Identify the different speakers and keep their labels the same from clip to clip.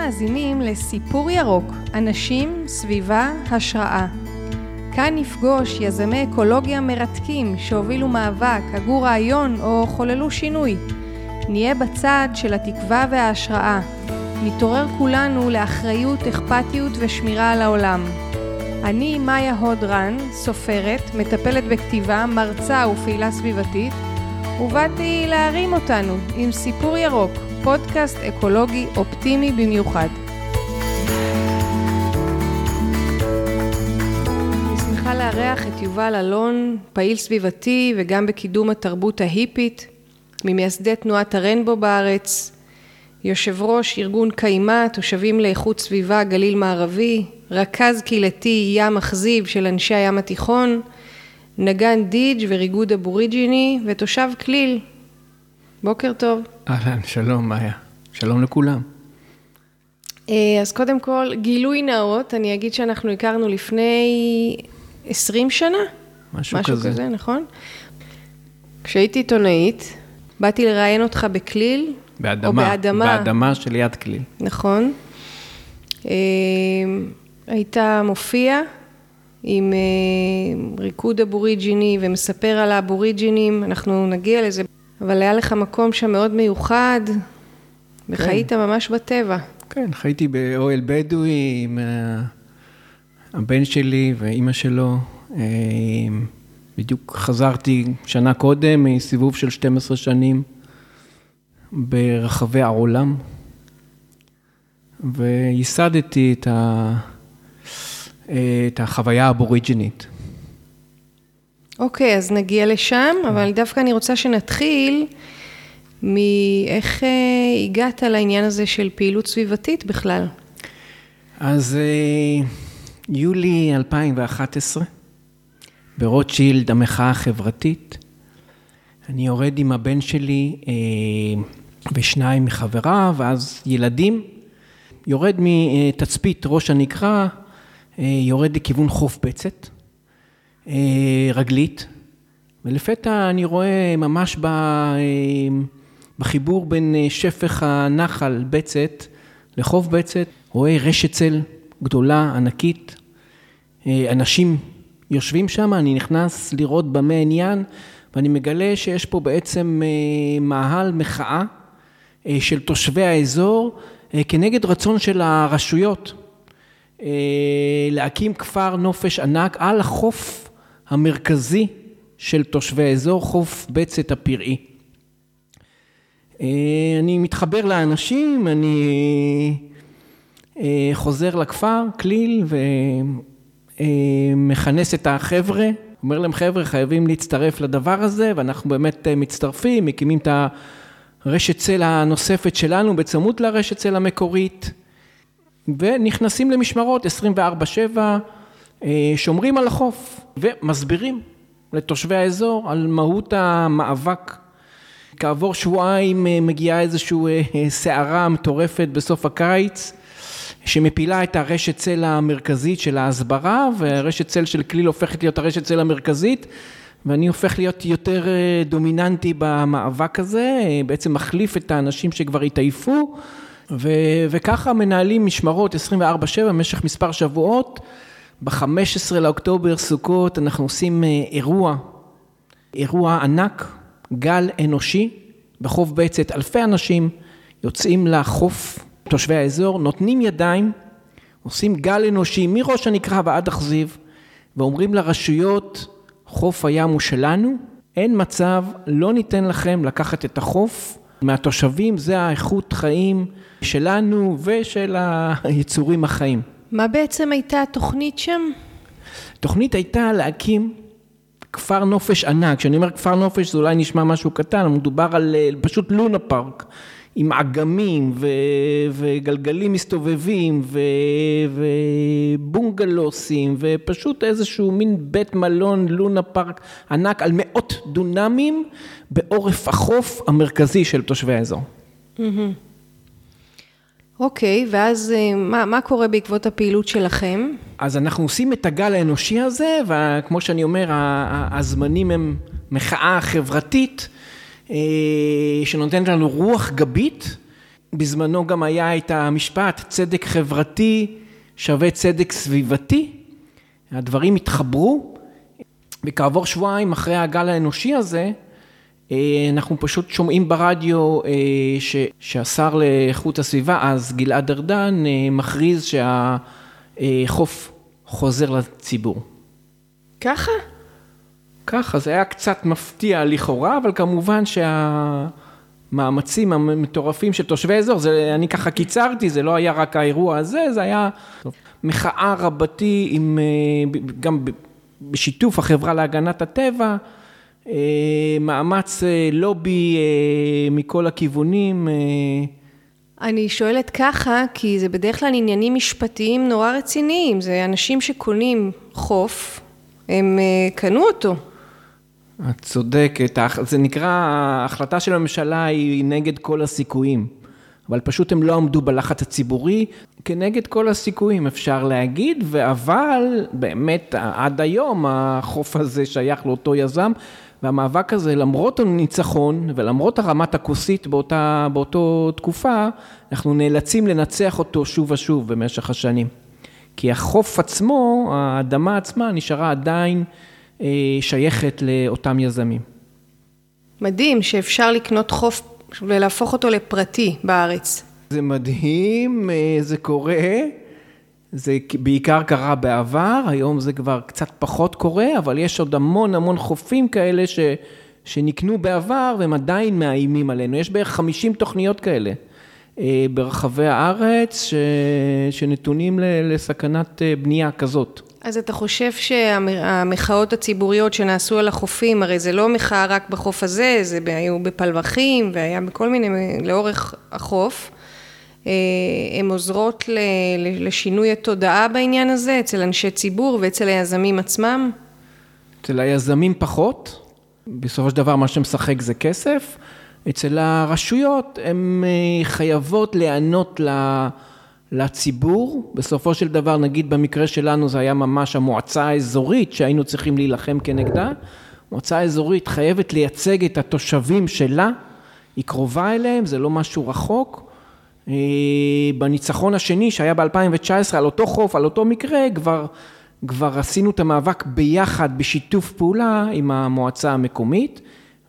Speaker 1: מאזינים לסיפור ירוק, אנשים, סביבה, השראה. כאן נפגוש יזמי אקולוגיה מרתקים שהובילו מאבק, הגו רעיון או חוללו שינוי. נהיה בצד של התקווה וההשראה. נתעורר כולנו לאחריות, אכפתיות ושמירה על העולם. אני מאיה הודרן, סופרת, מטפלת בכתיבה, מרצה ופעילה סביבתית, ובאתי להרים אותנו עם סיפור ירוק, פודקאסט אקולוגי אופטימי במיוחד. אני שמחה לארח את יובל אלון, פעיל סביבתי וגם בקידום התרבות ההיפית, ממייסדי תנועת הרנבו בארץ, יושב ראש ארגון קיימה, תושבים לאיכות סביבה גליל מערבי, רכז קהילתי ים אכזיב של אנשי הים התיכון, נגן דיג' וריגוד אבוריג'יני ותושב כליל. בוקר טוב.
Speaker 2: אהלן, שלום מאיה. שלום לכולם.
Speaker 1: אז קודם כל, גילוי נאות, אני אגיד שאנחנו הכרנו לפני 20 שנה. משהו כזה, נכון? כשהייתי עיתונאית, באתי לראיין אותך בכליל,
Speaker 2: באדמה של יד כליל.
Speaker 1: נכון. היית מופיע עם ריקוד אבוריג'יני ומספר על האבוריג'ינים, אנחנו נגיע לזה, אבל היה לך מקום שם מאוד מיוחד, וחיית ממש בטבע.
Speaker 2: כן, חייתי באוהל בדואי עם הבן שלי ואימא שלו. בדיוק חזרתי שנה קודם מסיבוב של 12 שנים ברחבי העולם, וייסדתי את החוויה האבוריג'ינית.
Speaker 1: אוקיי, אז נגיע לשם, אבל דווקא אני רוצה שנתחיל מאיך הגעת לעניין הזה של פעילות סביבתית בכלל.
Speaker 2: אז יולי 2011, ברוטשילד, המחאה החברתית, אני יורד עם הבן שלי ושניים מחבריו, ואז ילדים, יורד מתצפית ראש הנקרה, יורד לכיוון חוף בצת, רגלית, ולפתע אני רואה ממש בחיבור בין שפך הנחל בצת לחוף בצת, רואה רשת צל גדולה, ענקית, אנשים יושבים שם, אני נכנס לראות במה עניין, ואני מגלה שיש פה בעצם מאהל מחאה של תושבי האזור, כנגד רצון של הרשויות, להקים כפר נופש ענק על החוף המרכזי של תושבי האזור, חוף בצת הפראי. אני מתחבר לאנשים, אני חוזר לכפר, כליל, ומכנס את החבר'ה, אומר להם חבר'ה חייבים להצטרף לדבר הזה, ואנחנו באמת מצטרפים, מקימים את הרשת צל הנוספת שלנו בצמוד לרשת צל המקורית, ונכנסים למשמרות 24/7, שומרים על החוף ומסבירים לתושבי האזור על מהות המאבק. כעבור שבועיים מגיעה איזושהי סערה מטורפת בסוף הקיץ, שמפילה את הרשת צל המרכזית של ההסברה, והרשת צל של כליל הופכת להיות הרשת צל המרכזית, ואני הופך להיות יותר דומיננטי במאבק הזה, בעצם מחליף את האנשים שכבר התעייפו, וככה מנהלים משמרות 24/7 במשך מספר שבועות. ב-15 לאוקטובר סוכות אנחנו עושים אירוע ענק, גל אנושי, בחוף בצת אלפי אנשים יוצאים לחוף, תושבי האזור, נותנים ידיים, עושים גל אנושי מראש הנקרה ועד אכזיב, ואומרים לרשויות, חוף הים הוא שלנו, אין מצב, לא ניתן לכם לקחת את החוף מהתושבים, זה האיכות חיים שלנו ושל היצורים החיים.
Speaker 1: מה בעצם הייתה התוכנית שם?
Speaker 2: התוכנית הייתה להקים כפר נופש ענק. כשאני אומר כפר נופש זה אולי נשמע משהו קטן, מדובר על פשוט לונה פארק, עם עגמים וגלגלים מסתובבים ובונגלוסים, ופשוט איזשהו מין בית מלון לונה פארק ענק על מאות דונמים בעורף החוף המרכזי של תושבי האזור.
Speaker 1: אוקיי, ואז מה קורה בעקבות הפעילות שלכם?
Speaker 2: אז אנחנו עושים את הגל האנושי הזה, וכמו שאני אומר, הזמנים הם מחאה חברתית, שנותנת לנו רוח גבית, בזמנו גם היה את המשפט, צדק חברתי שווה צדק סביבתי. הדברים התחברו, וכעבור שבועיים אחרי הגל האנושי הזה, אנחנו פשוט שומעים ברדיו שהשר לאיכות הסביבה, אז גלעד ארדן, מכריז שהחוף חוזר לציבור.
Speaker 1: ככה?
Speaker 2: ככה, זה היה קצת מפתיע לכאורה, אבל כמובן שהמאמצים המטורפים של תושבי אזור, אני ככה קיצרתי, זה לא היה רק האירוע הזה, זה היה מחאה רבתי גם בשיתוף החברה להגנת הטבע, מאמץ לובי מכל הכיוונים.
Speaker 1: אני שואלת ככה, כי זה בדרך כלל עניינים משפטיים נורא רציניים, זה אנשים שקונים חוף, הם קנו אותו.
Speaker 2: את צודקת, זה נקרא, ההחלטה של הממשלה היא נגד כל הסיכויים, אבל פשוט הם לא עמדו בלחץ הציבורי, כנגד כל הסיכויים אפשר להגיד, אבל באמת עד היום החוף הזה שייך לאותו יזם, והמאבק הזה למרות הניצחון ולמרות הרמת הכוסית באותו תקופה, אנחנו נאלצים לנצח אותו שוב ושוב במשך השנים. כי החוף עצמו, האדמה עצמה נשארה עדיין שייכת לאותם יזמים.
Speaker 1: מדהים שאפשר לקנות חוף ולהפוך אותו לפרטי בארץ.
Speaker 2: זה מדהים, זה קורה, זה בעיקר קרה בעבר, היום זה כבר קצת פחות קורה, אבל יש עוד המון חופים כאלה שנקנו בעבר והם עדיין מאיימים עלינו. יש בערך 50 תוכניות כאלה ברחבי הארץ שנתונים לסכנת בנייה כזאת.
Speaker 1: אז אתה חושב שהמחאות הציבוריות שנעשו על החופים, הרי זה לא מחאה רק בחוף הזה, זה היו בפלווחים והיה בכל מיני, לאורך החוף, הן עוזרות לשינוי התודעה בעניין הזה, אצל אנשי ציבור ואצל היזמים עצמם?
Speaker 2: אצל היזמים פחות, בסופו של דבר מה שמשחק זה כסף, אצל הרשויות הן חייבות לענות לציבור, בסופו של דבר נגיד במקרה שלנו זה היה ממש המועצה האזורית שהיינו צריכים להילחם כנגדה, מועצה האזורית חייבת לייצג את התושבים שלה, היא קרובה אליהם, זה לא משהו רחוק, בניצחון השני שהיה ב-2019 על אותו חוף, על אותו מקרה, כבר עשינו את המאבק ביחד בשיתוף פעולה עם המועצה המקומית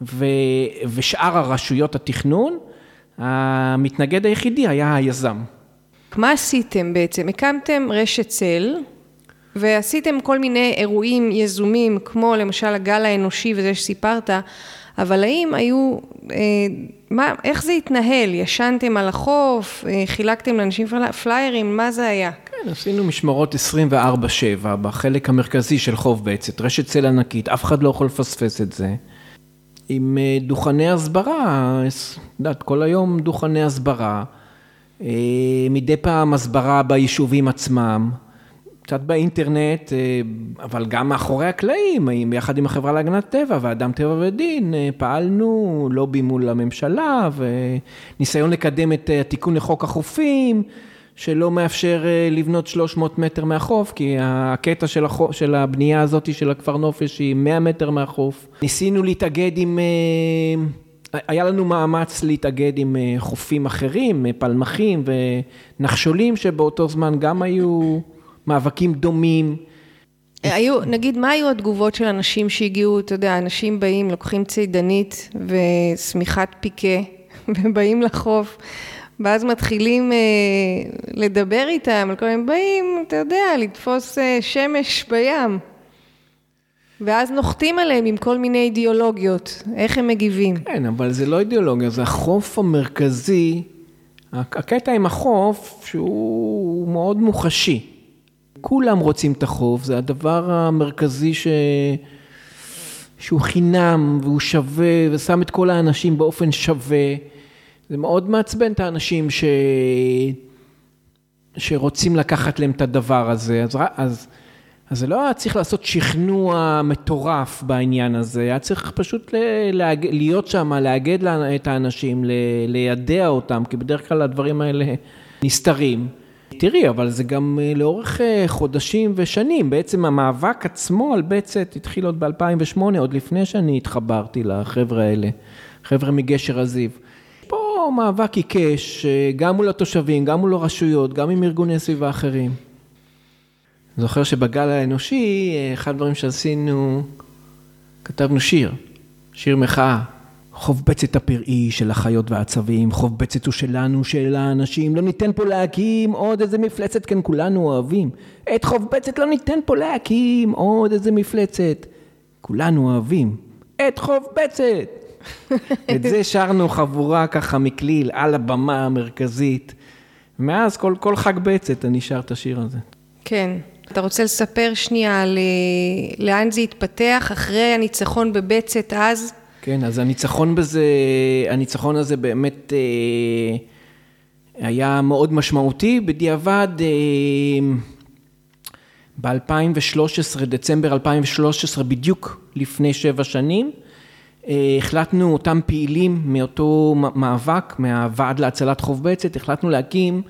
Speaker 2: ושאר הרשויות התכנון, המתנגד היחידי היה היזם.
Speaker 1: מה עשיתם בעצם? הקמתם רשת צל ועשיתם כל מיני אירועים יזומים כמו למשל הגל האנושי וזה שסיפרת, אבל האם היו, איך זה התנהל? ישנתם על החוף, חילקתם לאנשים פליירים, מה זה היה?
Speaker 2: כן, עשינו משמרות 24/7 בחלק המרכזי של חוף בעצת, רשת צל ענקית, אף אחד לא יכול לפספס את זה. עם דוכני הסברה, כל היום דוכני הסברה, מדי פעם הסברה ביישובים עצמם, קצת באינטרנט, אבל גם מאחורי הקלעים, יחד עם החברה להגנת טבע ואדם טבע ודין, פעלנו לובי מול הממשלה, וניסיון לקדם את התיקון לחוק החופים, שלא מאפשר לבנות 300 מטר מהחוף, כי הקטע של הבנייה הזאת של הכפר נופש היא 100 מטר מהחוף. ניסינו להתאגד היה לנו מאמץ להתאגד עם חופים אחרים, פלמחים ונחשולים, שבאותו זמן גם היו מאבקים דומים.
Speaker 1: נגיד, מה היו התגובות של אנשים שהגיעו, אתה יודע, אנשים באים, לוקחים צידנית וסמיכת פיקה, ובאים לחוף, ואז מתחילים לדבר איתם, הם באים, אתה יודע, לתפוס שמש בים. ואז נוחתים עליהם עם כל מיני אידיאולוגיות. איך הם מגיבים?
Speaker 2: כן, אבל זה לא אידיאולוגיה, זה החוף המרכזי. הקטע עם החוף שהוא מאוד מוחשי. כולם רוצים את החוף, זה הדבר המרכזי שהוא חינם והוא שווה ושם את כל האנשים באופן שווה. זה מאוד מעצבן את האנשים שרוצים לקחת להם את הדבר הזה. אז זה לא היה צריך לעשות שכנוע מטורף בעניין הזה, היה צריך פשוט להיות שם, להגד את האנשים, לידע אותם, כי בדרך כלל הדברים האלה נסתרים. תראי, אבל זה גם לאורך חודשים ושנים, בעצם המאבק עצמו על בצת התחיל עוד ב-2008, עוד לפני שאני התחברתי לחבר'ה האלה, חבר'ה מגשר הזיו. פה פה מאבק עיקש, גם מול התושבים, גם מול הרשויות, גם עם ארגוני סביבה אחרים. זוכר שבגל האנושי, אחד הדברים שעשינו, כתבנו שיר מחאה. חוף בצת הפראי של החיות והעצבים, חוף בצת הוא שלנו, של האנשים, לא ניתן פה להקים עוד איזה מפלצת, כן, כולנו אוהבים. את חוף בצת לא ניתן פה להקים עוד איזה מפלצת, כולנו אוהבים. את חוף בצת. את זה שרנו חבורה ככה מכליל על הבמה המרכזית. מאז כל חג בצת אני שר את השיר הזה.
Speaker 1: כן. אתה רוצה לספר שנייה לאן זה התפתח אחרי הניצחון בבצת אז?
Speaker 2: כן, אז הניצחון הזה באמת היה מאוד משמעותי. בדיעבד, ב-2013, דצמבר 2013, בדיוק לפני 7 שנים, החלטנו אותם פעילים מאותו מאבק, מהוועד להצלת חוף בצת, החלטנו להקים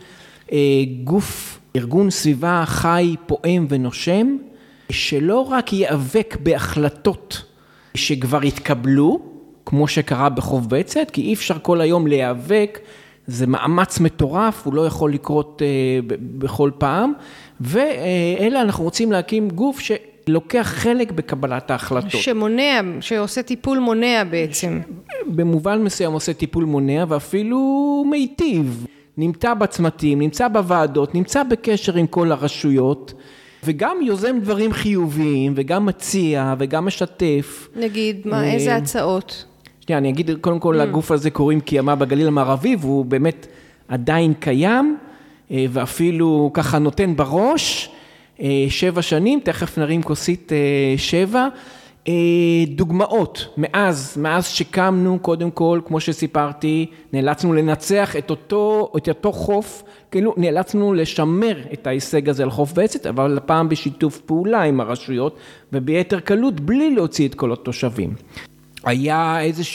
Speaker 2: ארגון סביבה חי, פועם ונושם, שלא רק ייאבק בהחלטות שכבר התקבלו, כמו שקרה בחוף בצת, כי אי אפשר כל היום להיאבק, זה מאמץ מטורף, הוא לא יכול לקרות בכל פעם, ואלה אנחנו רוצים להקים גוף שלוקח חלק בקבלת ההחלטות.
Speaker 1: שמונע, שעושה טיפול מונע בעצם.
Speaker 2: במובן מסוים עושה טיפול מונע, ואפילו מיטיב. נמצא בצמתים, נמצא בוועדות, נמצא בקשר עם כל הרשויות, וגם יוזם דברים חיוביים, וגם מציע, וגם משתף.
Speaker 1: נגיד, איזה הצעות?
Speaker 2: שנייה, אני אגיד, קודם כל, לגוף הזה קוראים קיימה בגליל המערבי, והוא באמת עדיין קיים, ואפילו ככה נותן בראש, 7 שנים, תכף נרים כוסית 7, דוגמאות, מאז שקמנו, קודם כל, כמו שסיפרתי, נאלצנו לנצח את אותו חוף, כאילו נאלצנו לשמר את ההישג הזה על חוף בצת, אבל הפעם בשיתוף פעולה עם הרשויות, וביתר קלות, בלי להוציא את כל התושבים. היה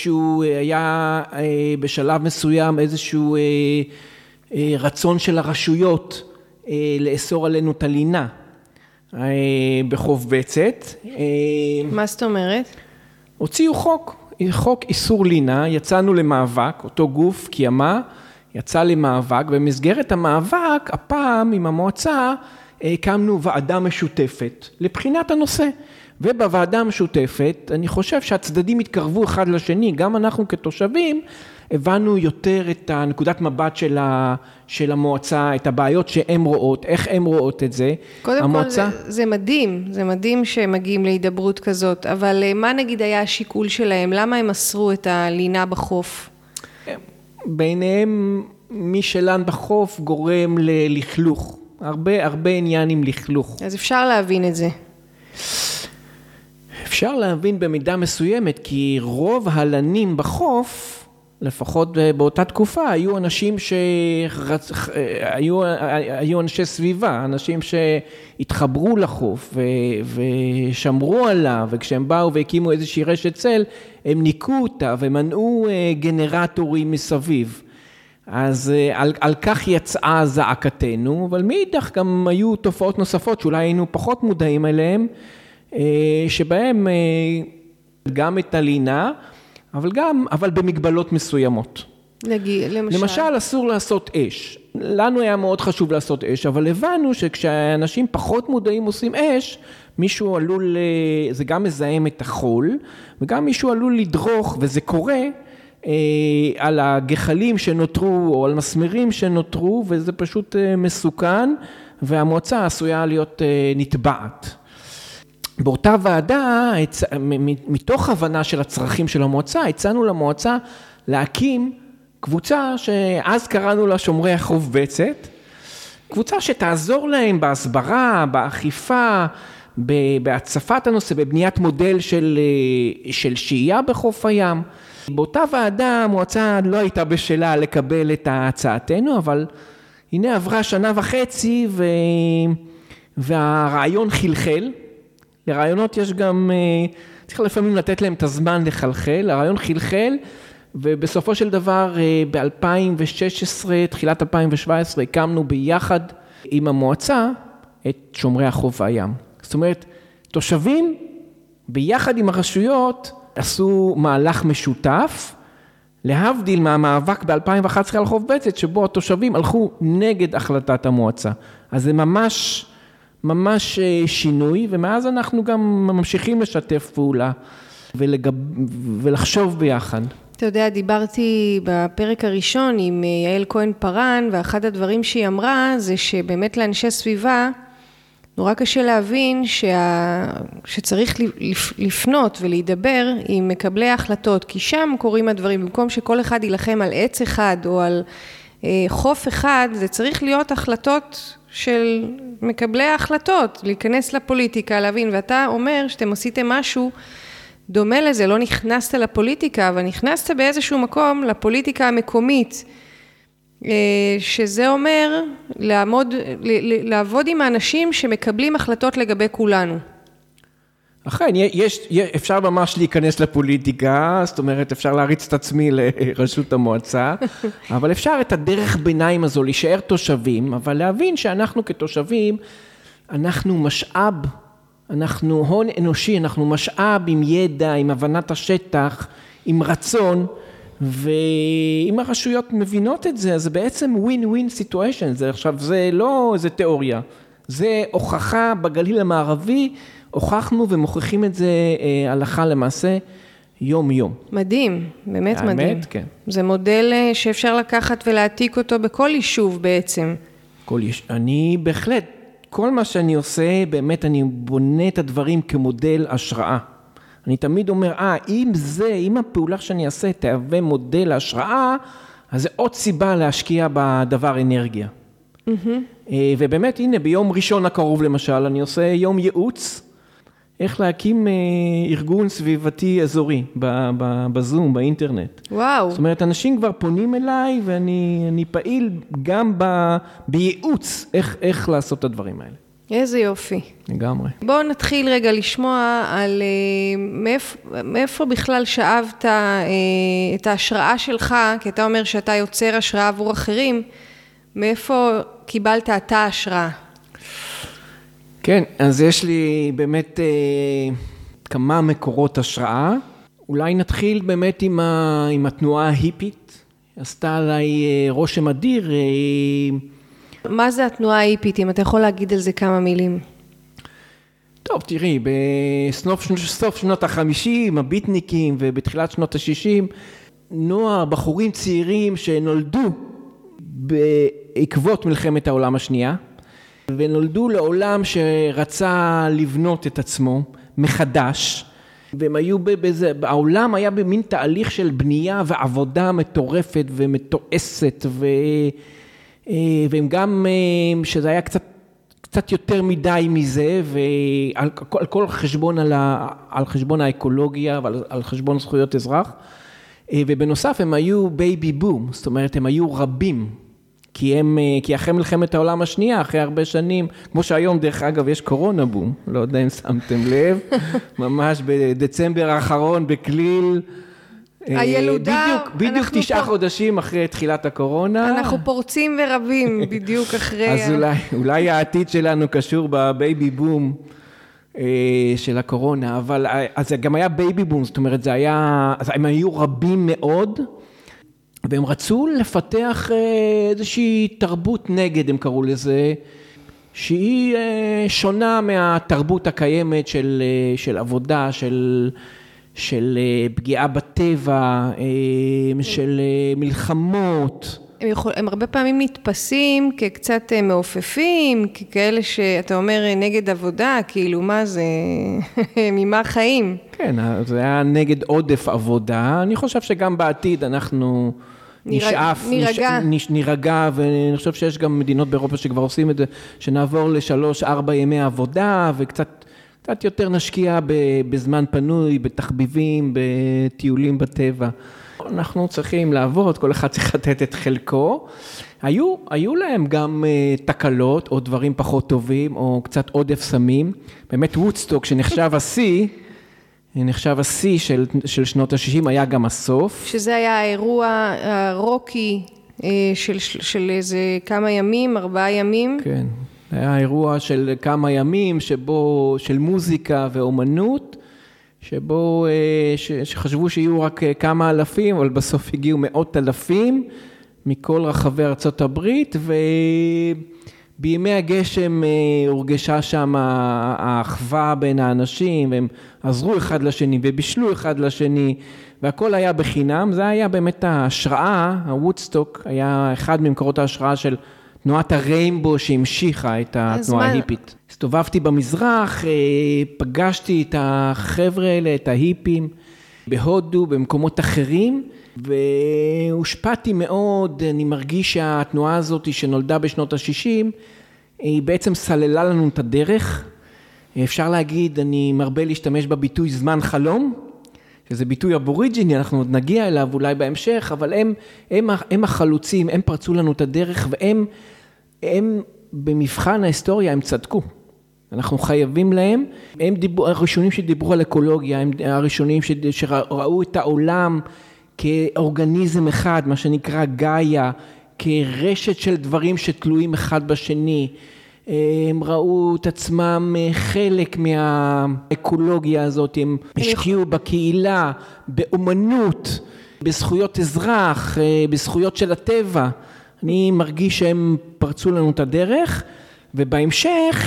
Speaker 2: בשלב מסוים איזשהו רצון של הרשויות לאסור עלינו את הלינה, בחוף בצת.
Speaker 1: מה זאת אומרת?
Speaker 2: הוציאו חוק איסור לינה, יצאנו למאבק, אותו גוף קיימה, יצא למאבק, במסגרת המאבק, הפעם עם המועצה, הקמנו ועדה משותפת לבחינת הנושא, ובוועדה המשותפת, אני חושב שהצדדים התקרבו אחד לשני, גם אנחנו כתושבים, הבנו יותר את הנקודת מבט של המועצה, את הבעיות שהן רואות, איך הן רואות את זה.
Speaker 1: קודם המועצה... כל זה מדהים שמגיעים להידברות כזאת, אבל מה נגיד היה השיקול שלהם? למה הם אסרו את הלינה בחוף?
Speaker 2: ביניהם מי שלן בחוף גורם ללכלוך, הרבה עניין עם לכלוך.
Speaker 1: אז אפשר להבין את זה.
Speaker 2: אפשר להבין במידה מסוימת, כי רוב הלנים בחוף, לפחות באותה תקופה, היו אנשים היו אנשי סביבה, אנשים שהתחברו לחוף ושמרו עליו, וכשהם באו והקימו איזושהי רשת צל, הם ניקו אותה ומנעו גנרטורים מסביב. אז על כך יצאה זעקתנו, אבל מאידך גם היו תופעות נוספות שאולי היינו פחות מודעים אליהם, שבהם גם את הלינה, אבל במגבלות מסוימות. למשל, אסור לעשות אש. לנו היה מאוד חשוב לעשות אש, אבל הבנו שכשאנשים פחות מודעים עושים אש, מישהו עלול, זה גם מזהם את החול, וגם מישהו עלול לדרוך, וזה קורה, על הגחלים שנותרו, או על מסמרים שנותרו, וזה פשוט מסוכן, והמועצה עשויה להיות נטבעת. באותה ועדה, מתוך הבנה של הצרכים של המועצה, הצענו למועצה להקים קבוצה שאז קראנו לה שומרי החוף בצת, קבוצה שתעזור להם בהסברה, באכיפה, בהצפת הנושא, בבניית מודל של שהייה בחוף הים. באותה ועדה המועצה לא הייתה בשלה לקבל את הצעתנו, אבל הנה עברה 1.5 שנה, והרעיון חלחל. לרעיונות יש גם, צריך לפעמים לתת להם את הזמן לחלחל, הרעיון חלחל, ובסופו של דבר ב-2016, תחילת 2017, הקמנו ביחד עם המועצה את שומרי החוף הים. זאת אומרת, תושבים ביחד עם הרשויות עשו מהלך משותף, להבדיל מהמאבק ב-2011 על חוף בצת, שבו התושבים הלכו נגד החלטת המועצה. אז זה ממש שינוי, ומאז אנחנו גם ממשיכים לשתף פעולה, ולחשוב ביחד.
Speaker 1: אתה יודע, דיברתי בפרק הראשון עם יעל כהן פרן, ואחד הדברים שהיא אמרה זה שבאמת לאנשי סביבה, נורא קשה להבין שצריך לפנות ולהידבר עם מקבלי ההחלטות, כי שם קורים הדברים, במקום שכל אחד ילחם על עץ אחד או על חוף אחד, זה צריך להיות החלטות של מקבלי ההחלטות, להיכנס לפוליטיקה, להבין, ואתה אומר שאתם עשיתם משהו דומה לזה, לא נכנסת לפוליטיקה, אבל נכנסת באיזשהו מקום לפוליטיקה המקומית, שזה אומר לעבוד עם האנשים שמקבלים החלטות לגבי כולנו.
Speaker 2: אכן, אפשר ממש להיכנס לפוליטיקה, זאת אומרת, אפשר להריץ את עצמי לראשות המועצה, אבל אפשר את הדרך ביניים הזו, להישאר תושבים, אבל להבין שאנחנו כתושבים, אנחנו משאב, אנחנו הון אנושי, אנחנו משאב עם ידע, עם הבנת השטח, עם רצון, ואם הרשויות מבינות את זה, אז זה בעצם win-win situation, עכשיו זה לא איזה תיאוריה, זה הוכחה בגליל המערבי, הוכחנו ומוכיחים את זה הלכה למעשה יום יום.
Speaker 1: מדהים, באמת מדהים.
Speaker 2: האמת, כן.
Speaker 1: זה מודל שאפשר לקחת ולהעתיק אותו בכל יישוב בעצם.
Speaker 2: אני בהחלט, כל מה שאני עושה, באמת אני בונה את הדברים כמודל השראה. אני תמיד אומר, אם הפעולה שאני אעשה תהווה מודל השראה, אז זה עוד סיבה להשקיע בדבר אנרגיה. ובאמת, הנה, ביום ראשון הקרוב למשל, אני עושה יום ייעוץ, איך להקים ארגון סביבתי אזורי, בזום, באינטרנט.
Speaker 1: וואו.
Speaker 2: זאת אומרת, אנשים כבר פונים אליי, ואני פעיל גם בייעוץ, איך לעשות את הדברים האלה.
Speaker 1: איזה יופי.
Speaker 2: לגמרי.
Speaker 1: בואו נתחיל רגע לשמוע על מאיפה בכלל שאבת את ההשראה שלך, כי אתה אומר שאתה יוצר השראה עבור אחרים, מאיפה קיבלת אתה השראה?
Speaker 2: כן, אז יש לי באמת כמה מקורות השראה. אולי נתחיל באמת עם התנועה ההיפית. עשתה עליי רושם אדיר.
Speaker 1: מה זה התנועה ההיפית, אם אתה יכול להגיד על זה כמה מילים?
Speaker 2: טוב, תראי, בסוף שנות ה-50, הביטניקים ובתחילת שנות ה-60, נוער, בחורים צעירים שנולדו בעקבות מלחמת העולם השנייה, ונולדו לעולם שרצה לבנות את עצמו מחדש, והם היו העולם היה במין תהליך של בנייה ועבודה מטורפת ומתועסת, והם גם, שזה היה קצת יותר מדי מזה, ועל כל חשבון, על חשבון האקולוגיה ועל חשבון זכויות אזרח, ובנוסף הם היו בייבי בום, זאת אומרת הם היו רבים, כי אחרי מלחמת העולם השנייה, אחרי הרבה שנים, כמו שהיום דרך אגב יש קורונה בום, לא יודע אם שמתם לב, ממש בדצמבר האחרון בכליל,
Speaker 1: הילודה,
Speaker 2: בדיוק 9 חודשים אחרי תחילת הקורונה.
Speaker 1: אנחנו פורצים ורבים בדיוק אחרי.
Speaker 2: אז אולי העתיד שלנו קשור בבייבי בום של הקורונה, אבל אז גם היה בייבי בום, זאת אומרת, אז הם היו רבים מאוד, והם רצו לפתח איזושהי תרבות נגד, הם קראו לזה, שהיא שונה מהתרבות הקיימת של עבודה, של פגיעה בטבע, של מלחמות.
Speaker 1: הם הרבה פעמים נתפסים כקצת מעופפים, ככאלה שאתה אומר נגד עבודה, כאילו מה זה, ממה חיים?
Speaker 2: כן, זה היה נגד עודף עבודה. אני חושב שגם בעתיד אנחנו נירגע, ואני חושב שיש גם מדינות באירופה שכבר עושים את זה, שנעבור ל3-4 ימי עבודה, וקצת יותר נשקיע בזמן פנוי, בתחביבים, בטיולים בטבע. אנחנו צריכים לעבוד, כל אחד צריך לתת את חלקו. היו להם גם תקלות, או דברים פחות טובים, או קצת עודף סמים. באמת וודסטוק, נחשב השיא של שנות ה-60, היה גם הסוף. שזה
Speaker 1: היה האירוע הרוקי של איזה כמה ימים, 4 ימים.
Speaker 2: כן. היה אירוע של כמה ימים של מוזיקה ואומנות, שבו, שחשבו שיהיו רק כמה אלפים, אבל בסוף הגיעו מאות אלפים מכל רחבי ארצות הברית, ובימי הגשם הורגשה שם האחווה בין האנשים, והם עזרו אחד לשני ובישלו אחד לשני, והכל היה בחינם. זה היה באמת ההשראה, הוודסטוק היה אחד ממקורות ההשראה של תנועת הריימבו שהמשיכה את התנועה ההיפית. הסתובבתי במזרח, פגשתי את החבר'ה האלה, את ההיפים, בהודו, במקומות אחרים, והושפעתי מאוד. אני מרגיש שהתנועה הזאת שנולדה בשנות ה-60, היא בעצם סללה לנו את הדרך. אפשר להגיד, אני מרבה להשתמש בביטוי זמן חלום, שזה ביטוי אבוריג'יני, אנחנו עוד נגיע אליו אולי בהמשך, אבל הם החלוצים, הם פרצו לנו את הדרך, והם במבחן ההיסטוריה, הם צדקו. אנחנו חייבים להם, הם הראשונים שדיברו על אקולוגיה, הם הראשונים שראו את העולם כאורגניזם אחד, מה שנקרא גאיה, כרשת של דברים שתלויים אחד בשני. הם ראו את עצמם חלק מהאקולוגיה הזאת, הם השקיעו בקהילה, באומנות, בזכויות אזרח, בזכויות של הטבע. אני מרגיש שהם פרצו לנו את הדרך, ובהמשך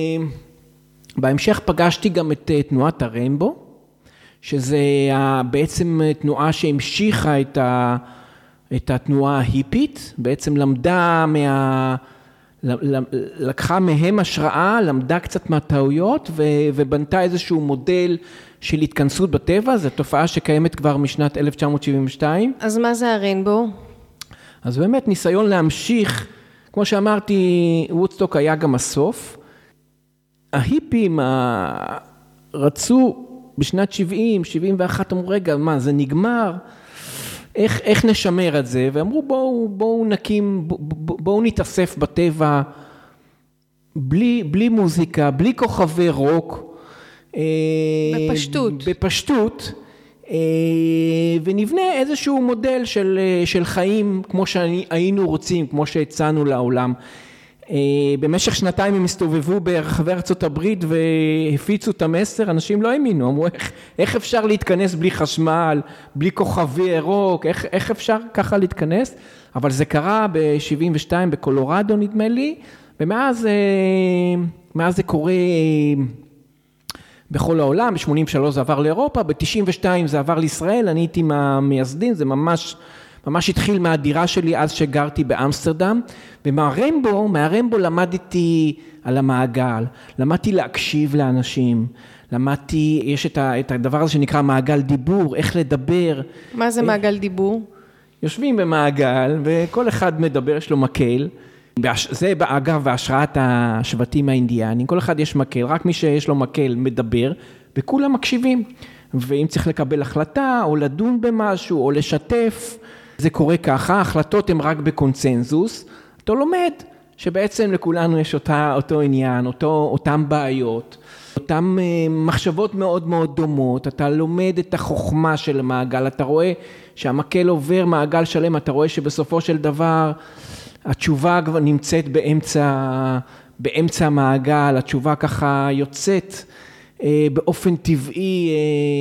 Speaker 2: פגשתי גם את תנועת הריימבו, שזה בעצם תנועה שהמשיכה את התנועה ההיפית, בעצם לקחה מהם השראה, למדה קצת מהטעויות, ובנתה איזשהו מודל של התכנסות בטבע. זו תופעה שקיימת כבר משנת 1972.
Speaker 1: אז מה זה הריימבו?
Speaker 2: אז באמת ניסיון להמשיך, כמו שאמרתי, וודסטוק היה גם הסוף. ההיפים רצו בשנת 70, 71, אמרו, רגע, מה, זה נגמר? איך נשמר את זה? ואמרו, בואו נקים, בואו נתאסף בטבע, בלי מוזיקה, בלי כוכבי רוק. בפשטות. ונבנה איזשהו מודל של חיים כמו שהיינו רוצים, כמו שהצענו לעולם. במשך שנתיים הם הסתובבו ברחבי ארצות הברית והפיצו את המסר, אנשים לא האמינו, אמרו איך אפשר להתכנס בלי חשמל, בלי כוכבי רוק, איך אפשר ככה להתכנס? אבל זה קרה ב-72 בקולורדו נדמה לי, ומאז זה קורה בכל העולם. ב-83 זה עבר לאירופה, ב-92 זה עבר לישראל, אני הייתי מהמייסדים, זה ממש התחיל מהדירה שלי אז שגרתי באמסטרדם, ומהריימבו למדתי על המעגל, למדתי להקשיב לאנשים, למדתי, יש את הדבר הזה שנקרא מעגל דיבור, איך לדבר.
Speaker 1: מה זה מעגל דיבור?
Speaker 2: יושבים במעגל וכל אחד מדבר, יש לו מקל, זה אגב בהשראת השבטים האינדיאנים, כל אחד יש מקל, רק מי שיש לו מקל מדבר, וכולם מקשיבים, ואם צריך לקבל החלטה או לדון במשהו או לשתף, זה קורה ככה, ההחלטות הן רק בקונצנזוס, אתה לומד שבעצם לכולנו יש אותו עניין, אותם בעיות, אותם מחשבות מאוד מאוד דומות, אתה לומד את החוכמה של המעגל, אתה רואה שהמקל עובר מעגל שלם, אתה רואה שבסופו של דבר התשובה כבר נמצאת באמצע המעגל, התשובה ככה יוצאת באופן טבעי.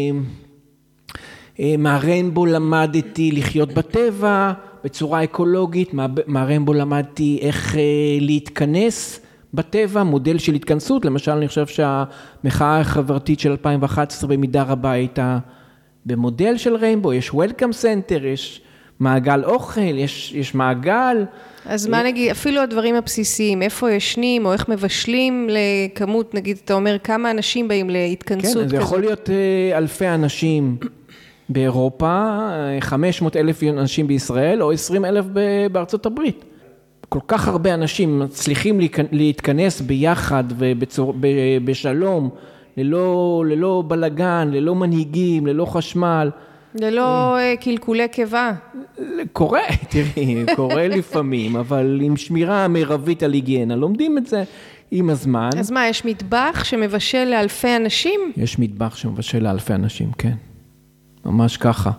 Speaker 2: מהריימבו למדתי לחיות בטבע בצורה אקולוגית, מהריימבו למדתי איך להתכנס בטבע, מודל של התכנסות, למשל אני חושב שהמחאה החברתית של 2011 במידה רבה הייתה במודל של ריימבו, יש וולקאם סנטר, יש מעגל אוכל, יש מעגל.
Speaker 1: אז מה נגיד, אפילו הדברים הבסיסיים, איפה ישנים או איך מבשלים לכמות, נגיד אתה אומר כמה אנשים באים להתכנסות כזאת?
Speaker 2: כן, זה יכול להיות אלפי אנשים באירופה, 500,000 אנשים בישראל, או 20,000 בארצות הברית. כל כך הרבה אנשים מצליחים להתכנס ביחד ובשלום, ללא בלגן, ללא מנהיגים, ללא חשמל.
Speaker 1: ללא קלקולי קיבה.
Speaker 2: קורה, תראי, קורה לפעמים, אבל עם שמירה מרבית על היגיינה, לומדים את זה עם הזמן. אז
Speaker 1: מה, יש מטבח שמבשל לאלפי אנשים?
Speaker 2: יש מטבח שמבשל לאלפי אנשים, כן. ממש ככה.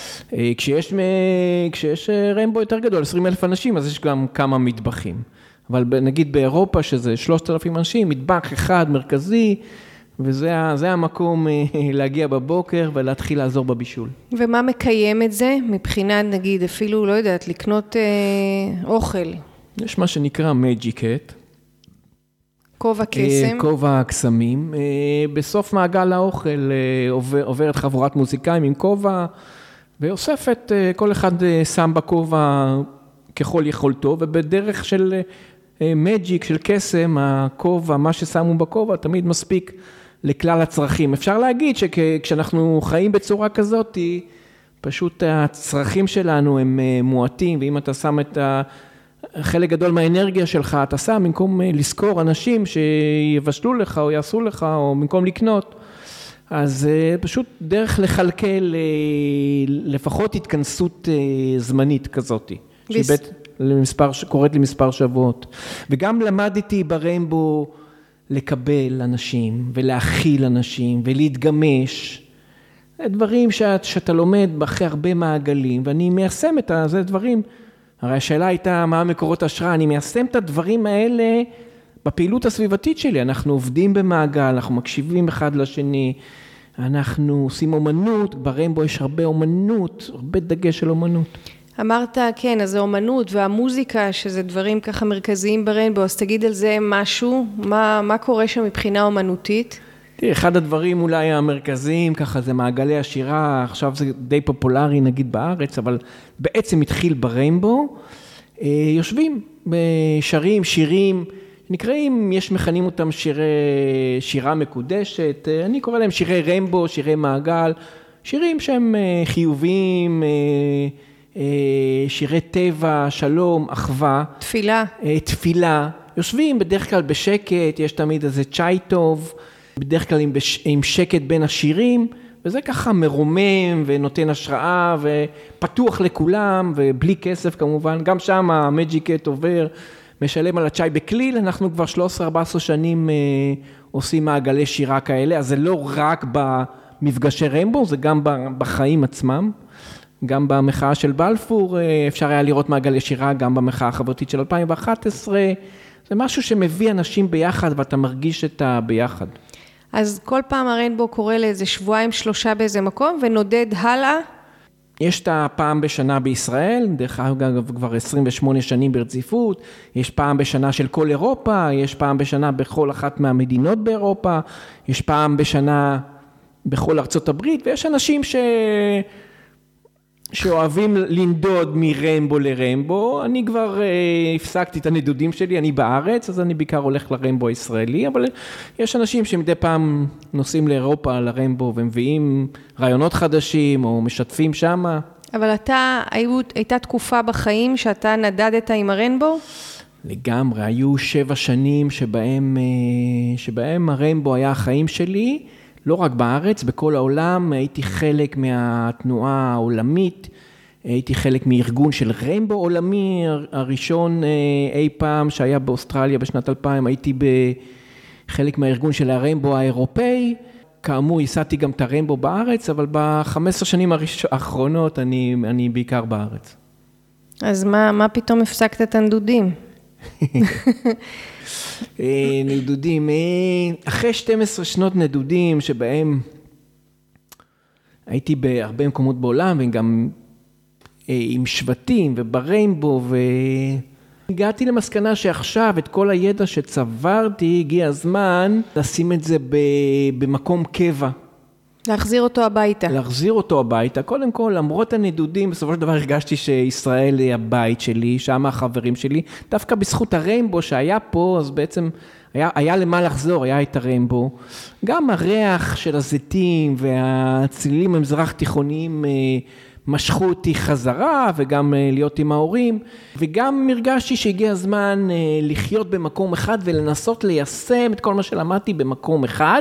Speaker 2: כשיש ריימבו יותר גדול, 20,000 אנשים, אז יש גם כמה מטבחים. אבל נגיד באירופה, שזה 3,000 אנשים, מטבח אחד מרכזי, וזה המקום להגיע בבוקר ולהתחיל לעזור בבישול.
Speaker 1: ומה מקיים את זה? מבחינת, נגיד, אפילו, לא יודעת, לקנות אוכל.
Speaker 2: יש מה שנקרא מג'יקט.
Speaker 1: כובע קסם.
Speaker 2: כובע קסמים. בסוף מעגל האוכל עוברת חבורת מוזיקאים עם כובע, ואוספת, כל אחד שם בכובע ככל יכולתו, ובדרך של מג'יק, של קסם, הכובע, מה ששמו בכובע, תמיד מספיק לכלל הצרכים. אפשר להגיד שכשאנחנו חיים בצורה כזאת, פשוט הצרכים שלנו הם מועטים, ואם אתה שם את חלק גדול מהאנרגיה שלך, אתה שם במקום לזכור אנשים שיבשלו לך או יעשו לך, או במקום לקנות, אז פשוט דרך לחלקל לפחות התכנסות זמנית כזאת, קוראת למספר שבועות. וגם למדתי בריימבו לקבל אנשים ולהכיל אנשים ולהתגמש. זה דברים שאתה לומד אחרי הרבה מעגלים, ואני מיישם את זה דברים. הרי השאלה הייתה מה המקורות השראה, אני מיישם את הדברים האלה בפעילות הסביבתית שלי. אנחנו עובדים במעגל, אנחנו מקשיבים אחד לשני, אנחנו עושים אומנות, בריימבו יש הרבה אומנות, הרבה דגש של אומנות.
Speaker 1: אמרת, כן, אז האומנות והמוזיקה, שזה דברים ככה מרכזיים בריימבו, אז תגיד על זה משהו, מה קורה שם מבחינה אומנותית?
Speaker 2: תראי, אחד הדברים אולי המרכזיים, ככה זה מעגלי השירה, עכשיו זה די פופולרי נגיד בארץ, אבל בעצם התחיל בריימבו, יושבים בשרים, שירים, נקראים, יש מכנים אותם שירה מקודשת, אני קורא להם שירי ריימבו, שירי מעגל, שירים שהם חיוביים, שירי טבע, שלום, אחווה. תפילה. יושבים בדרך כלל בשקט, יש תמיד איזה צ'אי טוב, בדרך כלל עם שקט בין השירים, וזה ככה מרומם ונותן השראה ופתוח לכולם, ובלי כסף כמובן. גם שם המג'יקט עובר, משלם על הצ'אי בכליל, אנחנו כבר 13-14 שנים עושים מעגלי שירה כאלה, אז זה לא רק במפגשי ריימבו, זה גם בחיים עצמם. גם במחאה של בלפור אפשר היה לראות מעגלי שירה, גם במחאה החברתית של 2011, זה משהו שמביא אנשים ביחד ואתה מרגיש את הביחד.
Speaker 1: אז כל פעם הריימבו קורא לאיזה 2-3 באיזה מקום ונודד הלאה?
Speaker 2: יש את הפעם בשנה בישראל, דרך אגב כבר 28 שנים ברציפות, יש פעם בשנה של כל אירופה, יש פעם בשנה בכל אחת מהמדינות באירופה, יש פעם בשנה בכל ארצות הברית, ויש אנשים שאוהבים לנדוד מריימבו לריימבו. אני כבר הפסקתי את הנדודים שלי, אני בארץ, אז אני בעיקר הולך לריימבו הישראלי, אבל יש אנשים שמדי פעם נוסעים לאירופה, לריימבו, ומביאים רעיונות חדשים, או משתפים שם.
Speaker 1: אבל הייתה תקופה בחיים שאתה נדדת עם הריימבו?
Speaker 2: לגמרי, היו 7 שנים שבהם הריימבו היה החיים שלי, לא רק בארץ, בכל העולם, הייתי חלק מהתנועה העולמית, הייתי חלק מארגון של ריימבו עולמי, הראשון אי פעם שהיה באוסטרליה בשנת 2000, הייתי בחלק מהארגון של הריימבו האירופאי, כאמור ייסדתי גם את הריימבו בארץ, אבל ב-15 שנים האחרונות אני בעיקר בארץ.
Speaker 1: אז מה פתאום הפסקת את הנדודים?
Speaker 2: נדודים, אחרי 12 שנות נדודים שבהם הייתי בהרבה מקומות בעולם וגם עם שבטים ובריימבו, והגעתי למסקנה שעכשיו את כל הידע שצברתי הגיע הזמן לשים את זה במקום קבע.
Speaker 1: להחזיר אותו הביתה.
Speaker 2: להחזיר אותו הביתה. קודם כל, למרות הנדודים, בסופו של דבר הרגשתי שישראל היא הבית שלי, שם החברים שלי. דווקא בזכות הריימבו שהיה פה, אז בעצם היה למה לחזור, היה את הריימבו. גם הריח של הזיתים והצלילים המזרח תיכוניים משכו אותי חזרה, וגם להיות עם ההורים. וגם הרגשתי שהגיע הזמן לחיות במקום אחד, ולנסות ליישם את כל מה שלמדתי משם אחד.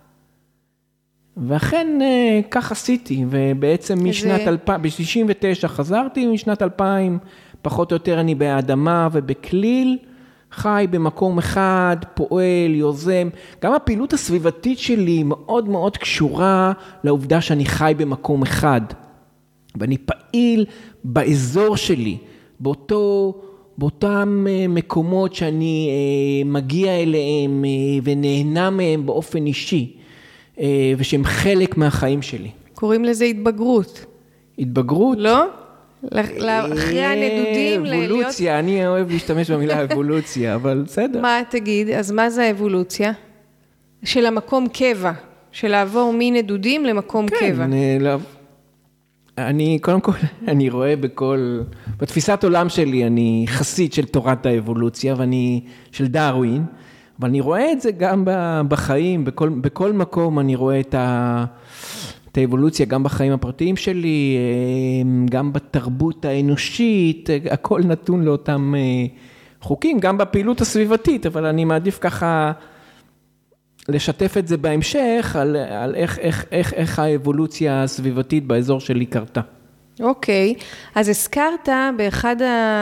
Speaker 2: ואכן כך עשיתי, ובעצם משנת 2000, ב-69 חזרתי, משנת 2000 פחות או יותר אני באדמה ובכליל, חי במקום אחד, פועל, יוזם. גם הפעילות הסביבתית שלי מאוד מאוד קשורה לעובדה שאני חי במקום אחד, ואני פעיל באזור שלי, באותם מקומות שאני מגיע אליהם ונהנה מהם באופן אישי. ושהם חלק מהחיים שלי.
Speaker 1: קוראים לזה התבגרות.
Speaker 2: התבגרות?
Speaker 1: לא? אחרי הנדודים
Speaker 2: אבולוציה, אני אוהב להשתמש במילה אבולוציה, אבל בסדר.
Speaker 1: מה תגיד? אז מה זה האבולוציה? של המקום קבע, של לעבור מנדודים למקום קבע.
Speaker 2: אני, קודם כל, אני רואה בתפיסת עולם שלי, אני חסיד של תורת האבולוציה, של דרווין, אבל אני רואה את זה גם בחיים, בכל מקום אני רואה את האבולוציה, גם בחיים הפרטיים שלי, גם בתרבות האנושית, הכל נתון לאותם חוקים, גם בפעילות הסביבתית, אבל אני מעדיף ככה לשתף את זה בהמשך, על איך האבולוציה הסביבתית באזור שלי קרתה.
Speaker 1: אוקיי, אז הזכרת באחד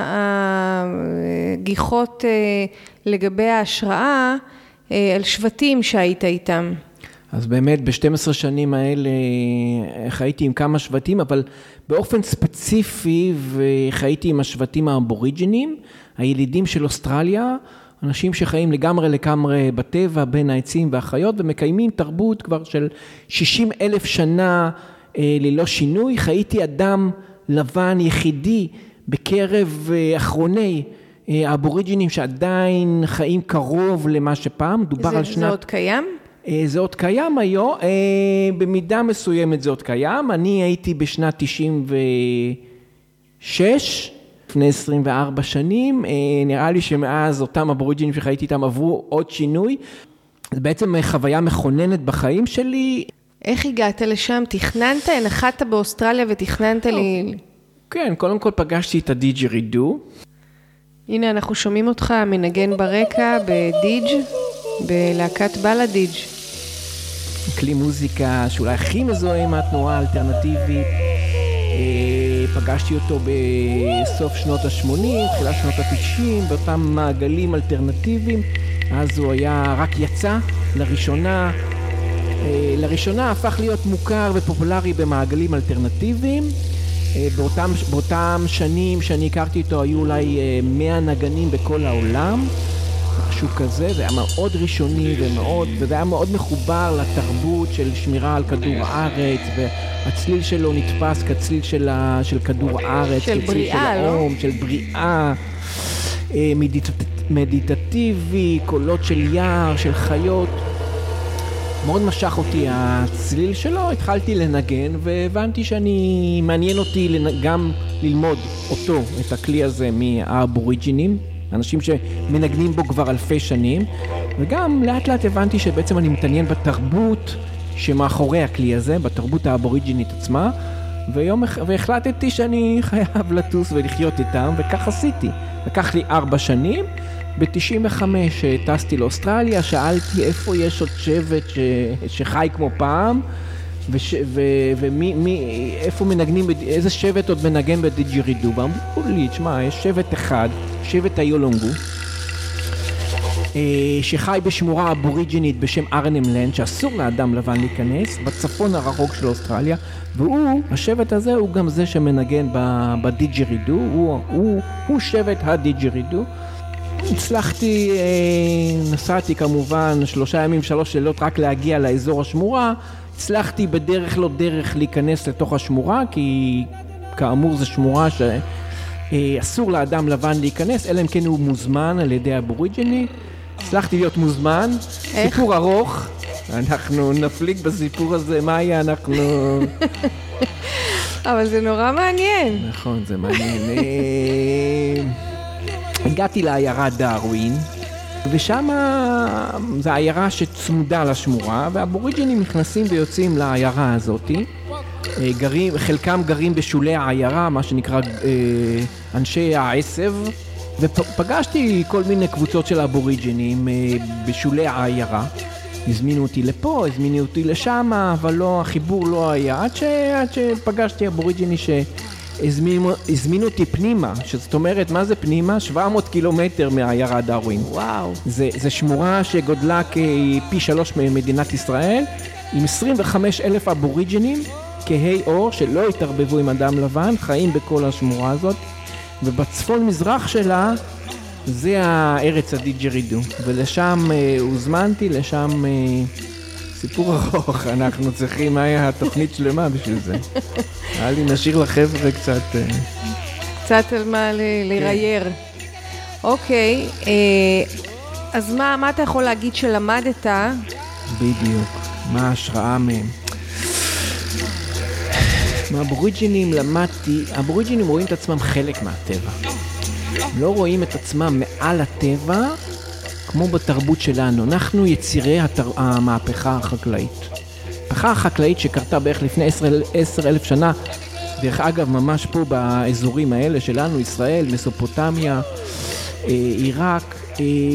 Speaker 1: הגיחות לגבי ההשראה, על שבטים שהיית איתם.
Speaker 2: אז באמת ב-12 שנים האלה חייתי עם כמה שבטים, אבל באופן ספציפי וחייתי עם השבטים האבוריג'ינים, הילידים של אוסטרליה, אנשים שחיים לגמרי בטבע, בין העצים והחיות, ומקיימים תרבות כבר של 60,000 שנה ללא שינוי. חייתי אדם לבן יחידי בקרב אחרוני האבוריג'ינים שעדיין חיים קרוב למה שפעם. דובר על שנת...
Speaker 1: זה עוד קיים?
Speaker 2: זה עוד קיים היום, במידה מסוימת זה עוד קיים. אני הייתי בשנת 96, לפני 24 שנים, נראה לי שמאז אותם אבוריג'ינים שחייתי איתם עברו עוד שינוי. זה בעצם חוויה מכוננת בחיים שלי.
Speaker 1: איך הגעת לשם? תכננת? הנחת באוסטרליה ותכננת לי...
Speaker 2: כן, קודם כל פגשתי את הדיג'רידו.
Speaker 1: הנה אנחנו שומעים אותך מנגן ברקע בדיג' בלהקת בלדיג'.
Speaker 2: כלי מוזיקה שאולי הכי מזוהה עם התנועה האלטרנטיבית. פגשתי אותו בסוף שנות ה-80, תחילת שנות ה-90, באותם מעגלים אלטרנטיביים. אז הוא רק יצא לראשונה הפך להיות מוכר ופופולרי במעגלים אלטרנטיביים. באותם שנים שאני הכרתי אותו היו אולי 100 נגנים בכל העולם. משהו כזה, זה היה מאוד ראשוני וזה היה מאוד מחובר לתרבות של שמירה על כדור הארץ, והצליל שלו נתפס כצליל של כדור הארץ,
Speaker 1: של בריאה, לא?
Speaker 2: של בריאה, מדיטטיבי, קולות של יער, של חיות. מאוד משך אותי הצליל שלו, התחלתי לנגן והבנתי שאני מעניין אותי גם ללמוד אותו, את הכלי הזה מהאבוריג'ינים. אנשים שמנגנים בו כבר אלפי שנים, וגם לאט לאט הבנתי שבעצם אני מתעניין בתרבות שמאחורי הכלי הזה, בתרבות האבוריג'ינית עצמה, והחלטתי שאני חייב לטוס ולחיות איתם, וכך עשיתי. לקח לי 4 שנים, ב-95 טסתי לאוסטרליה, שאלתי איפה יש עוד שבט שחי כמו פעם, ואיפה מנגנים, איזה שבט עוד מנגן בדיג'רידו, ואמרו לי, תשמע, יש שבט אחד, שבט היולונגו, שחי בשמורה אבוריג'ינית בשם ארנם לנד, שאסור לאדם לבן להיכנס, בצפון הרחוק של אוסטרליה, השבט הזה הוא גם זה שמנגן בדיג'רידו, הוא שבט הדיג'רידו. הצלחתי, נסעתי כמובן 3 ימים 3 לילות רק להגיע לאזור השמורה, הצלחתי בדרך לא דרך להיכנס לתוך השמורה, כי כאמור זו שמורה שאסור לאדם לבן להיכנס, אלא אם כן הוא מוזמן על ידי אבוריג'יני. הצלחתי להיות מוזמן, איך? סיפור ארוך, אנחנו נפליג בסיפור הזה, מה היה אנחנו...
Speaker 1: אבל זה נורא מעניין.
Speaker 2: נכון, זה מעניין. הגעתי לעיירה דרווין, ושם זו העיירה שצמודה לשמורה, והאבוריג'ינים נכנסים ויוצאים לעיירה הזאת. חלקם גרים בשולי העיירה, מה שנקרא אנשי העשב, ופגשתי כל מיני קבוצות של האבוריג'ינים בשולי העיירה. הזמינו אותי לפה, הזמינו אותי לשם, אבל לא, החיבור לא היה, עד שפגשתי אבוריג'יני הזמינו אותי פנימה, שזאת אומרת, מה זה פנימה? 700 קילומטר מהעיירה דרווין.
Speaker 1: וואו.
Speaker 2: זה שמורה שגודלה כפי 3 ממדינת ישראל, עם 25,000 אבוריג'ינים, כהי אור, שלא התערבבו עם אדם לבן, חיים בכל השמורה הזאת, ובצפון מזרח שלה, זה הארץ הדיג'רידו, ולשם הוזמנתי, לשם סיפור ארוך, אנחנו צריכים, היה תוכנית שלמה בשביל זה. היה לי נשאיר לחבר'ה קצת...
Speaker 1: קצת על מה לרייר. אוקיי, אז מה אתה יכול להגיד שלמדת?
Speaker 2: בדיוק, מה ההשראה מהם? מהאבוריג'ינים למדתי, האבוריג'ינים רואים את עצמם חלק מהטבע. הם לא רואים את עצמם מעל הטבע, כמו בתרבות שלנו. אנחנו יצירי המהפכה החקלאית. המהפכה החקלאית שקרתה בערך לפני 10,000 שנה, דרך אגב ממש פה באזורים האלה שלנו, ישראל, מסופוטמיה, עיראק,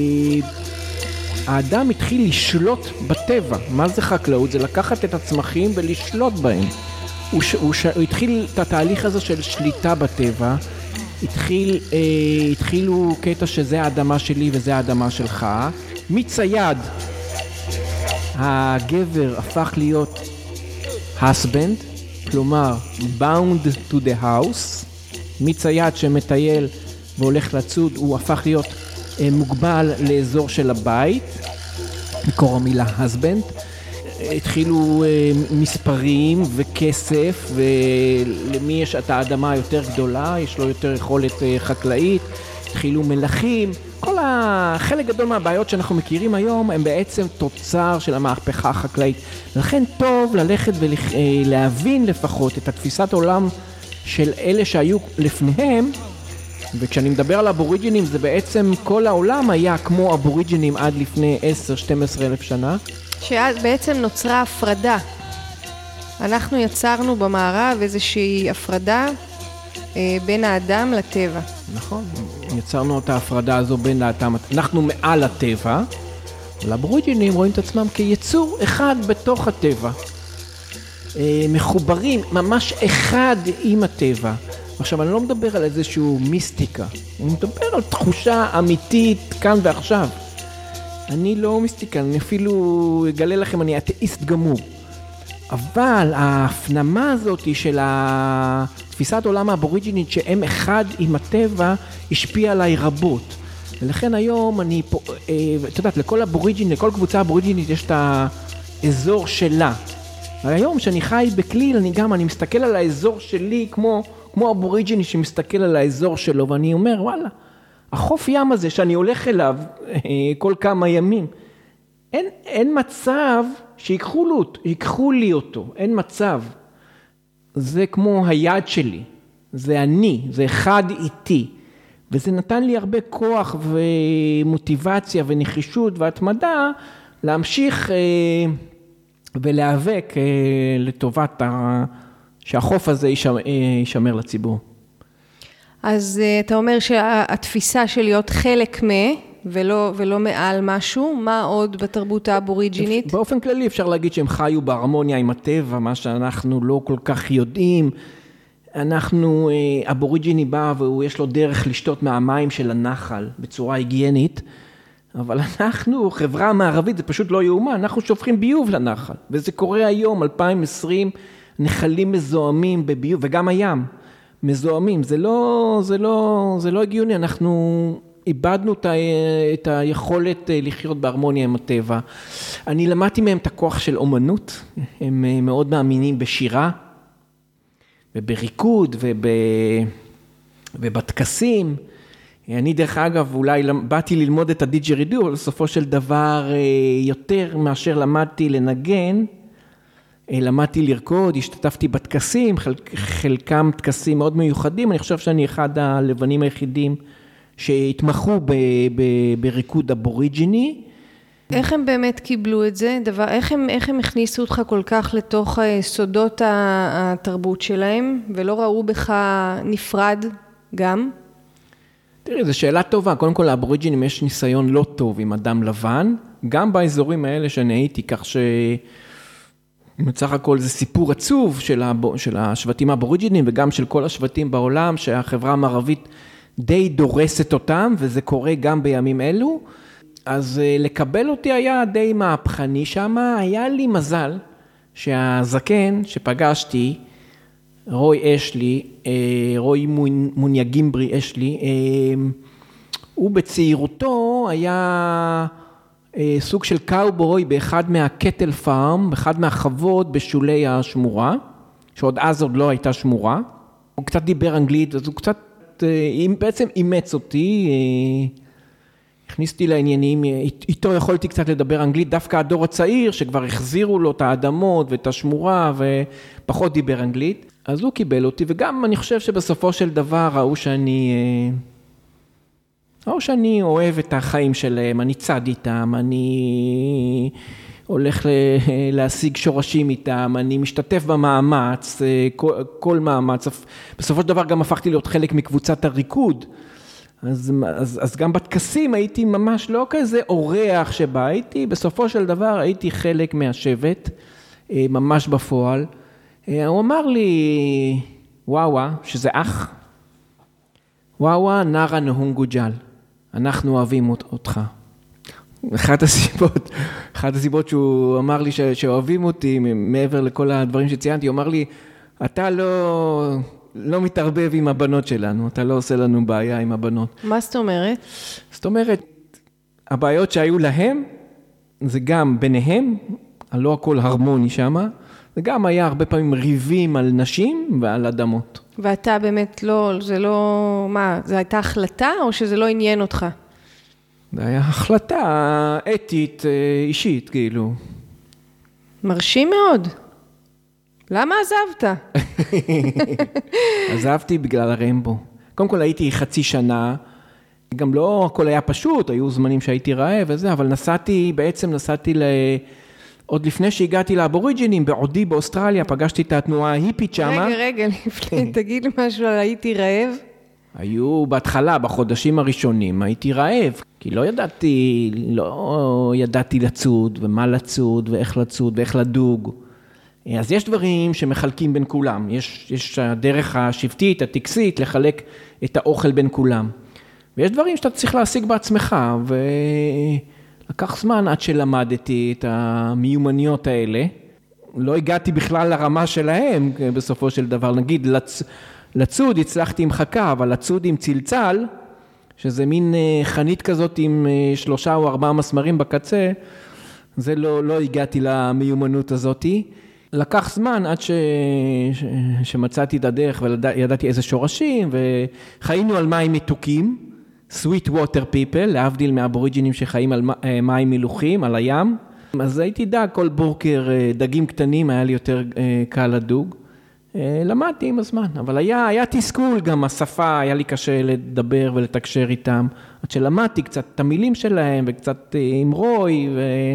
Speaker 2: האדם התחיל לשלוט בטבע. מה זה חקלאות? זה לקחת את הצמחים ולשלוט בהם. הוא התחיל את התהליך הזה של שליטה בטבע, התחילו קטע שזה האדמה שלי וזה האדמה שלך. מצייד, הגבר הפך להיות husband, כלומר bound to the house. מצייד שמטייל והולך לצוד, הוא הפך להיות מוגבל לאזור של הבית, מקור המילה husband. התחילו מספרים וכסף, ולמי יש את האדמה היותר גדולה, יש לו יותר יכולת חקלאית, התחילו מלכים. חלק גדול מהבעיות שאנחנו מכירים היום הם בעצם תוצר של המהפכה החקלאית. לכן טוב ללכת ולהבין לפחות את התפיסת העולם של אלה שהיו לפניהם, וכשאני מדבר על אבוריג'ינים זה בעצם כל העולם היה כמו אבוריג'ינים עד לפני 10-12 אלף שנה.
Speaker 1: שאז בעצם נוצרה הפרדה. אנחנו יצרנו במערב איזושהי הפרדה בין האדם לטבע.
Speaker 2: נכון, יצרנו את ההפרדה הזו בין האדם, אנחנו מעל הטבע, אבל האבוריג'ינים רואים את עצמם כיצור אחד בתוך הטבע. מחוברים, ממש אחד עם הטבע. עכשיו, אני לא מדבר על איזשהו מיסטיקה, אני מדבר על תחושה אמיתית כאן ועכשיו. אני לא מיסטיקה, אני אפילו אגלה לכם, אני אתאיסט גמור. אבל ההפנמה הזאת של תפיסת עולם האבוריג'ינית שהם אחד עם הטבע, השפיע עליי רבות. ולכן היום אני פה, את יודעת, לכל אבוריג'ין, לכל קבוצה אבוריג'ינית יש את האזור שלה. והיום שאני חי בכליל, אני מסתכל על האזור שלי כמו אבוריג'יני שמסתכל על האזור שלו, ואני אומר, וואלה, החוף ים הזה שאני הולך אליו כל כמה ימים, אין מצב שיקחו לי אותו, אין מצב. זה כמו היד שלי, זה אני, זה אחד איתי, וזה נתן לי הרבה כוח ומוטיבציה ונחישות והתמדה להמשיך ולהיאבק לטובת שהחוף הזה יישמר לציבור.
Speaker 1: אז אתה אומר שהתפיסה של להיות חלק ולא מעל משהו, מה עוד בתרבות האבוריג'ינית?
Speaker 2: באופן כללי אפשר להגיד שהם חיו בהרמוניה עם הטבע, מה שאנחנו לא כל כך יודעים. אבוריג'יני בא ויש לו דרך לשתות מהמים של הנחל בצורה היגיינית, אבל אנחנו, חברה מערבית, זה פשוט לא יאומן, אנחנו שופכים ביוב לנחל, וזה קורה היום, 2020, נחלים מזוהמים בביוב, וגם הים מזוהמים, זה לא הגיוני, אנחנו איבדנו את היכולת לחיות בהרמוניה עם הטבע. אני למדתי מהם את הכוח של אומנות, הם מאוד מאמינים בשירה, ובריקוד, ובטקסים. אני דרך אגב אולי באתי ללמוד את הדיג'רידו, אבל בסופו של דבר יותר מאשר למדתי לנגן, למדתי לרקוד, השתתפתי בטקסים, חלקם טקסים מאוד מיוחדים, אני חושב שאני אחד הלבנים היחידים שהתמחו בריקוד אבוריג'יני.
Speaker 1: איך הם באמת קיבלו את זה? איך הם הכניסו אותך כל כך לתוך סודות התרבות שלהם, ולא ראו בך נפרד גם?
Speaker 2: תראי, זו שאלה טובה. קודם כל, לאבוריג'ינים יש ניסיון לא טוב עם אדם לבן, גם באזורים האלה שאני הייתי, כך מצח הכל זה סיפור עצוב של השבטים האבוריג'ינים, וגם של כל השבטים בעולם, שהחברה המערבית די דורסת אותם, וזה קורה גם בימים אלו. אז לקבל אותי היה די מהפכני שם, היה לי מזל שהזקן שפגשתי, רוי מוניאגימברי אשלי, הוא בצעירותו היה סוג של קאובוי באחד מהקטל פארם, באחד מהחוות בשולי השמורה, שעוד אז עוד לא הייתה שמורה. הוא קצת דיבר אנגלית, אז הוא קצת, בעצם אימץ אותי, הכניסתי לעניינים, איתו יכולתי קצת לדבר אנגלית, דווקא הדור הצעיר שכבר החזירו לו את האדמות ואת השמורה ופחות דיבר אנגלית, אז הוא קיבל אותי, וגם אני חושב שבסופו של דבר ראו שאני אוהב את החיים שלהם, אני צד איתם, אני הולך להשיג שורשים איתם, אני משתתף במאמץ, כל מאמץ, בסופו של דבר גם הפכתי להיות חלק מקבוצת הריקוד, אז גם בטקסים הייתי ממש לא כזה אורח שבה, בסופו של דבר הייתי חלק מהשבט, ממש בפועל. הוא אמר לי, וואווה, שזה אח, וואווה נרה נהונגו ג'ל, אנחנו אוהבים אותך. אחת הסיבות שהוא אמר לי שאוהבים אותי, מעבר לכל הדברים שציינתי, הוא אמר לי, אתה לא מתערבב עם הבנות שלנו, אתה לא עושה לנו בעיה עם הבנות.
Speaker 1: מה זאת אומרת?
Speaker 2: זאת אומרת, הבעיות שהיו להם, זה גם ביניהם, לא הכל הרמוני שמה, זה גם היה הרבה פעמים ריבים על נשים ועל אדמות.
Speaker 1: ואתה באמת לא, זה לא, מה, זה הייתה החלטה או שזה לא עניין אותך?
Speaker 2: זה היה החלטה אתית, אישית, כאילו.
Speaker 1: מרשים מאוד. למה עזבת?
Speaker 2: עזבתי בגלל הרמבו. קודם כל הייתי חצי שנה, גם לא הכל היה פשוט, היו זמנים שהייתי רעב וזה, אבל נסעתי עוד לפני שהגעתי לאבוריג'ינים, בעודי באוסטרליה, פגשתי את התנועה ההיפית שמה.
Speaker 1: רגע, לפני, תגיד לי משהו על הייתי רעב.
Speaker 2: היו בהתחלה, בחודשים הראשונים, הייתי רעב, כי לא ידעתי לצוד, ומה לצוד, ואיך לצוד, ואיך לדוג. אז יש דברים שמחלקים בין כולם, יש הדרך השבטית, הטקסית, לחלק את האוכל בין כולם. ויש דברים שאתה צריך להשיג בעצמך, לקח זמן עד שלמדתי את המיומניות האלה. לא הגעתי בכלל לרמה שלהם, בסופו של דבר. נגיד, לצוד הצלחתי עם חכה, אבל לצוד עם צלצל, שזה מין חנית כזאת עם 3 או 4 מסמרים בקצה, זה לא הגעתי למיומנות הזאת. לקח זמן עד שמצאתי את הדרך וידעתי איזה שורשים, וחיינו על מים מתוקים, sweet water people, להבדיל מהאבוריג'ינים שחיים על מים מלוחים, על הים. אז הייתי דג כל בוקר, דגים קטנים, היה לי יותר קל לדוג. למדתי עם הזמן, אבל היה תסכול גם השפה, היה לי קשה לדבר ולתקשר איתם, עד שלמדתי קצת את המילים שלהם, וקצת עם רוי,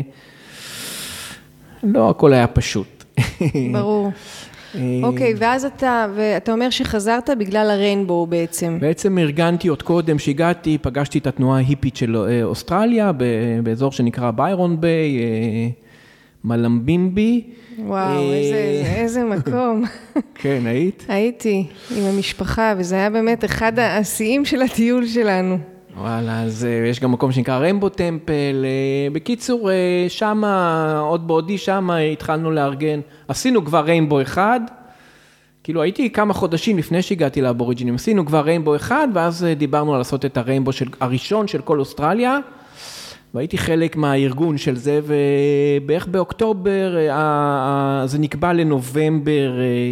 Speaker 2: לא הכל היה פשוט.
Speaker 1: ברור. אוקיי, ואז אתה אומר שחזרת בגלל הריינבו בעצם.
Speaker 2: בעצם ארגנתי עוד קודם שהגעתי, פגשתי את התנועה ההיפית של אוסטרליה, באזור שנקרא ביירון ביי, מלמבימבי.
Speaker 1: וואו, איזה מקום.
Speaker 2: כן, היית?
Speaker 1: הייתי עם המשפחה, וזה היה באמת אחד השיאים של הטיול שלנו.
Speaker 2: וואלה, אז יש גם מקום שנקרא רמבו טמפל. בקיצור, שמה, עוד בעודי שמה התחלנו לארגן. עשינו כבר רמבו אחד. כאילו הייתי כמה חודשים לפני שהגעתי לאבוריג'ינים. עשינו כבר רמבו אחד, ואז דיברנו על לעשות את הרמבו הראשון של כל אוסטרליה. והייתי חלק מהארגון של זה, ובערך באוקטובר, זה נקבע לנובמבר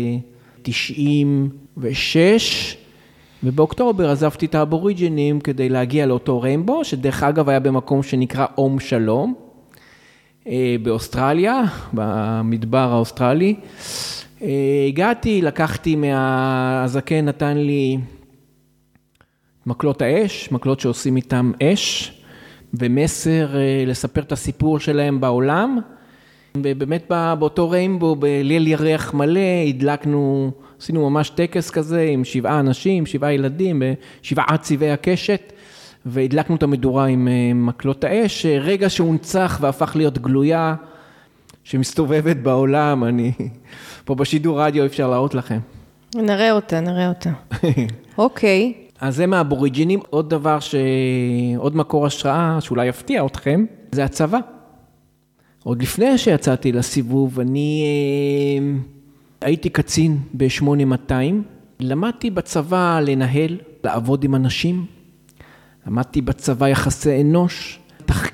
Speaker 2: 96, ובאוקטובר עזבתי את האבוריג'ינים כדי להגיע לאותו רמבו, שדרך אגב היה במקום שנקרא אום שלום, באוסטרליה, במדבר האוסטרלי. הגעתי, לקחתי הזקן נתן לי מקלות האש, מקלות שעושים איתם אש, ומסר לספר את הסיפור שלהם בעולם, ובאמת באותו ריימבו, בליל ירח מלא, עשינו ממש טקס כזה עם 7 אנשים, 7 ילדים, 7 צבעי הקשת, והדלקנו את המדורה עם מקלות האש, רגע שהונצח והפך להיות גלויה, שמסתובבת בעולם, פה בשידור רדיו אפשר להראות לכם.
Speaker 1: נראה אותה. אוקיי.
Speaker 2: אז זה מהאבוריג'ינים, עוד מקור השראה שאולי יפתיע אתכם, זה הצבא. עוד לפני שיצאתי לסיבוב, אני הייתי קצין ב-8200, למדתי בצבא לנהל, לעבוד עם אנשים, למדתי בצבא יחסי אנוש,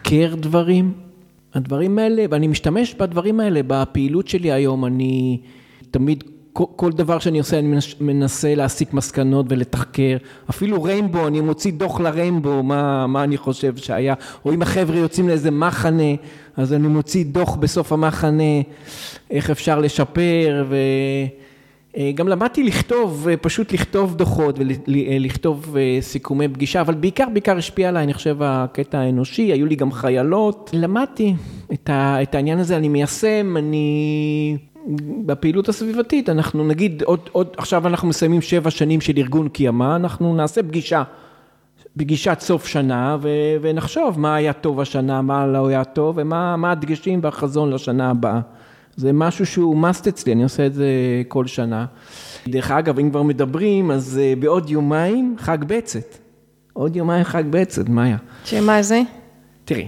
Speaker 2: לתחקר דברים. הדברים האלה, ואני משתמש בדברים האלה, בפעילות שלי היום, אני תמיד, כל דבר שאני עושה, אני מנסה להסיק מסקנות ולתחקר. אפילו ריימבו, אני מוציא דוח לריימבו, מה אני חושב שהיה. או אם החבר'ה יוצאים לאיזה מחנה, אז אני מוציא דוח בסוף המחנה, איך אפשר לשפר, וגם למדתי לכתוב, פשוט לכתוב דוחות, ולכתוב סיכומי פגישה, אבל בעיקר השפיע עליי, אני חושב, הקטע האנושי, היו לי גם חיילות. למדתי את העניין הזה, אני מיישם, בפעילות הסביבתית, אנחנו נגיד, עכשיו אנחנו מסיימים 7 שנים של ארגון קיימה, אנחנו נעשה פגישת סוף שנה, ונחשוב מה היה טוב השנה, מה לא היה טוב, ומה הדגשים והחזון לשנה הבאה. זה משהו שהוא must אצלי, אני עושה את זה כל שנה. דרך אגב, אם כבר מדברים, אז בעוד יומיים חג בצת. עוד יומיים חג בצת, מה היה?
Speaker 1: שמה זה?
Speaker 2: תראי,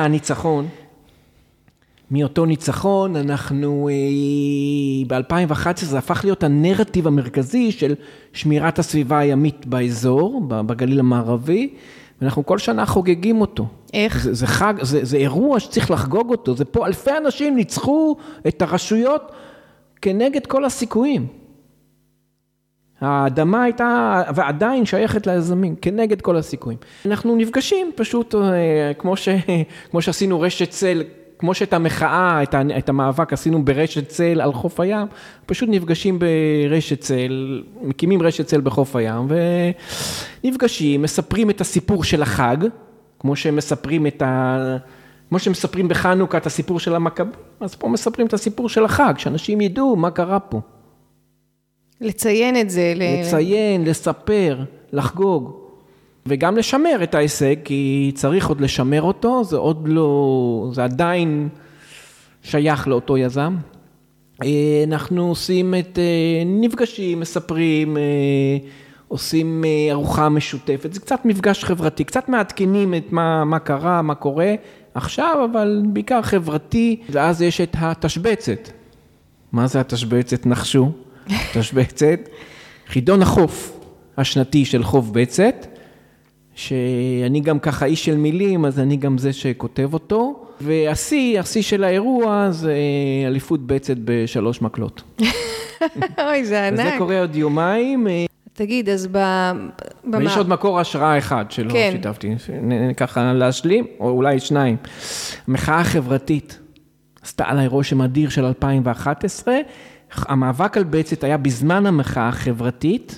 Speaker 2: מאותו ניצחון, אנחנו ב-2011, זה הפך להיות הנרטיב המרכזי של שמירת הסביבה הימית באזור, בגליל המערבי, ואנחנו כל שנה חוגגים אותו.
Speaker 1: איך?
Speaker 2: זה חג, זה אירוע שצריך לחגוג אותו, זה פה אלפי אנשים ניצחו את הרשויות כנגד כל הסיכויים. האדמה הייתה, ועדיין שייכת ליזמים, כנגד כל הסיכויים. אנחנו נפגשים פשוט, כמו שעשינו רשת צל, כמו שאת המחאה, את המאבק עשינו ברשת צל על חוף הים, פשוט נפגשים ברשת צל, מקימים רשת צל בחוף הים, ונפגשים, מספרים את הסיפור של החג, כמו שמספרים בחנוכה את הסיפור של המכבים, אז פה מספרים את הסיפור של החג, שאנשים ידעו מה קרה פה.
Speaker 1: לציין את זה.
Speaker 2: לציין, לספר, לחגוג. וגם לשמר את ההישג, כי צריך עוד לשמר אותו, זה עוד לא, זה עדיין שייך לאותו יזם. אנחנו עושים נפגשים, מספרים, עושים ארוחה משותפת, זה קצת מפגש חברתי, קצת מעדכנים את מה קרה, מה קורה עכשיו, אבל בעיקר חברתי, ואז יש את התשבצת. מה זה התשבצת? נחשו. תשבצת, חידון החוף השנתי של חוף בצת, שאני גם ככה איש של מילים, אז אני גם זה שכותב אותו, והשיא של האירוע זה אליפות בצת ב3 מקלות.
Speaker 1: אוי, זה ענק.
Speaker 2: וזה קורה עוד יומיים.
Speaker 1: תגיד, אז
Speaker 2: ויש עוד מקור השראה אחד שלא שיתפתי, ככה להשלים, או אולי 2. המחאה החברתית עשתה עליי רושם אדיר של 2011, המאבק על בצת היה בזמן המחאה החברתית,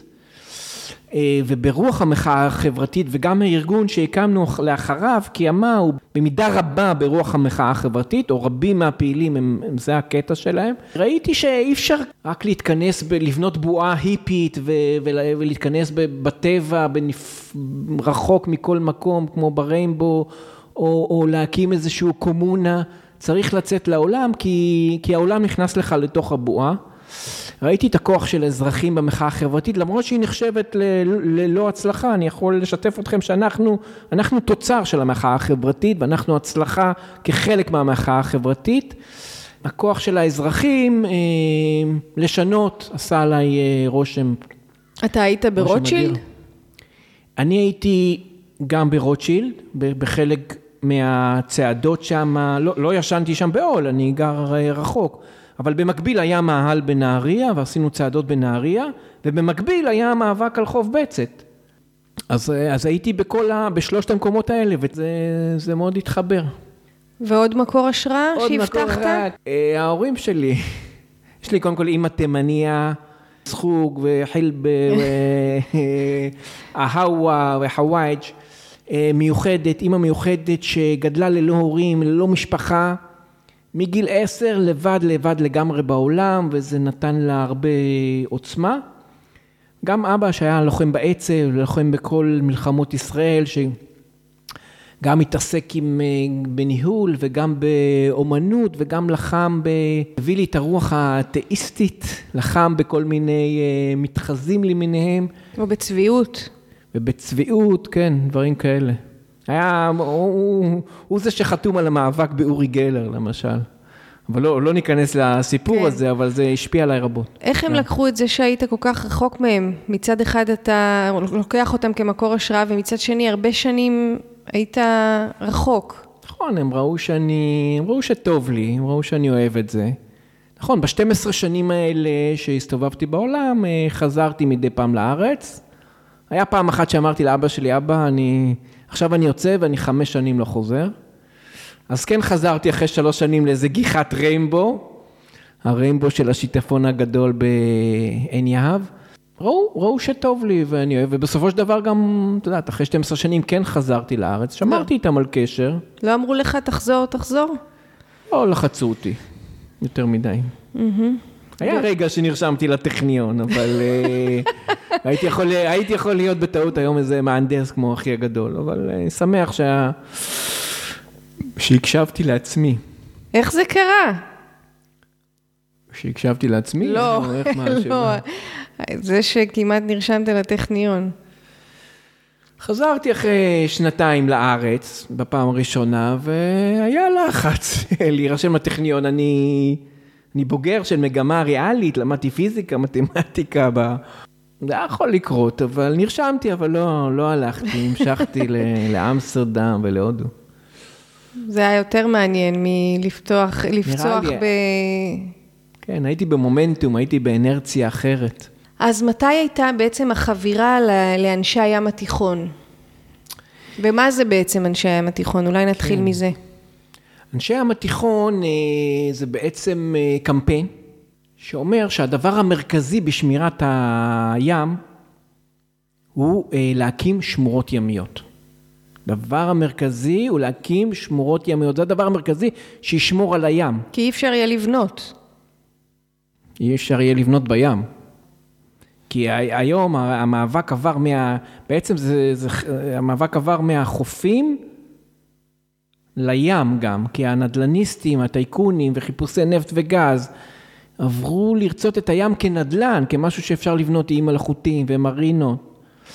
Speaker 2: וברוח המחאה החברתית, וגם הארגון שהקמנו לאחריו, קיימה הוא במידה רבה ברוח המחאה החברתית, או רבים מהפעילים, זה הקטע שלהם. ראיתי שאי אפשר רק להתכנס, לבנות בועה היפית, ולהתכנס בטבע, רחוק מכל מקום, כמו בריימבו, או להקים איזשהו קומונה, צריך לצאת לעולם, כי העולם נכנס לך לתוך הבועה. ראיתי את הכוח של האזרחים במחאה החברתית, למרות שהיא נחשבת ללא הצלחה, אני יכול לשתף אתכם שאנחנו תוצר של המחאה החברתית, ואנחנו הצלחה כחלק מהמחאה החברתית. הכוח של האזרחים לשנות עשה עליי רושם.
Speaker 1: אתה היית ברוטשילד?
Speaker 2: אני הייתי גם ברוטשילד, בחלק מהצעדות שם, לא ישנתי שם בעול, אני גר רחוק. אבל במקביל היה מאהל בנהריה, ועשינו צעדות בנהריה, ובמקביל היה מאבק על חוף בצת. אז הייתי בשלושת המקומות האלה, וזה מאוד התחבר.
Speaker 1: ועוד מקור השראה שהבטחת?
Speaker 2: ההורים שלי, יש לי קודם כל אמא תימניה, סחוג וחילב, ההווה וחווייג' מיוחדת, אמא מיוחדת שגדלה ללא הורים, ללא משפחה, מגיל 10 לבד לגמרי בעולם, וזה נתן לה הרבה עוצמה. גם אבא שהיה לוחם בעצב, לוחם בכל מלחמות ישראל, שגם התעסק בניהול וגם באומנות, וגם לחם, הביא לי את הרוח האתאיסטית, לחם בכל מיני מתחזים למיניהם.
Speaker 1: או בצביעות.
Speaker 2: ובצביעות, כן, דברים כאלה. הוא זה שחתום על המאבק באורי גלר, למשל. אבל לא ניכנס לסיפור הזה, אבל זה השפיע עליי רבות.
Speaker 1: איך הם לקחו את זה שהיית כל כך רחוק מהם? מצד אחד אתה לוקח אותם כמקור השראה, ומצד שני הרבה שנים היית רחוק.
Speaker 2: נכון, הם ראו שטוב לי, הם ראו שאני אוהב את זה. נכון, ב-12 שנים האלה שהסתובבתי בעולם, חזרתי מדי פעם לארץ. היה פעם אחת שאמרתי לאבא שלי, אבא, עכשיו אני יוצא ואני 5 שנים לא חוזר. אז כן חזרתי אחרי 3 שנים לאיזה גיחת ריימבו, הריימבו של השיטפון הגדול בעין יהב. ראו שטוב לי ואני אוהב, ובסופו של דבר גם, אתה יודעת, אחרי 12 שנים כן חזרתי לארץ, שמרתי איתם על קשר.
Speaker 1: לא אמרו לך תחזור?
Speaker 2: לא לחצו אותי, יותר מדי. היה רגע שנרשמתי לטכניון, אבל הייתי יכול להיות בטעות היום איזה מהנדס כמו אחי הגדול, אבל שמח שהקשבתי לעצמי.
Speaker 1: איך זה קרה?
Speaker 2: שהקשבתי לעצמי?
Speaker 1: לא. זה שכמעט נרשמת לטכניון.
Speaker 2: חזרתי אחרי 2 לארץ, בפעם הראשונה, והיה לחץ להירשם לטכניון. אני בוגר של מגמה ריאלית, למדתי פיזיקה, מתמטיקה, זה היה יכול לקרות, אבל נרשמתי, אבל לא הלכתי, המשכתי לאמסטרדם ולהודו.
Speaker 1: זה היה יותר מעניין מלפצוח
Speaker 2: כן, הייתי במומנטום, הייתי באנרציה אחרת.
Speaker 1: אז מתי הייתה בעצם החבירה לאנשי הים התיכון? ומה זה בעצם אנשי הים התיכון? אולי נתחיל מזה.
Speaker 2: אנשי הים התיכון זה בעצם קמפיין, שאומר שהדבר המרכזי בשמירת הים הוא להקים שמורות ימיות. הדבר המרכזי הוא להקים שמורות ימיות. זה הדבר המרכזי שישמור על הים.
Speaker 1: כי אי אפשר יהיה לבנות.
Speaker 2: אי אפשר יהיה לבנות בים. כי היום המאבק עבר בעצם המאבק עבר מהחופים לים גם, כי הנדלניסטים, הטייקונים וחיפושי נפט וגז עברו לרצות את הים כנדלן, כמשהו שאפשר לבנות איים מלאכותיים ומרינות.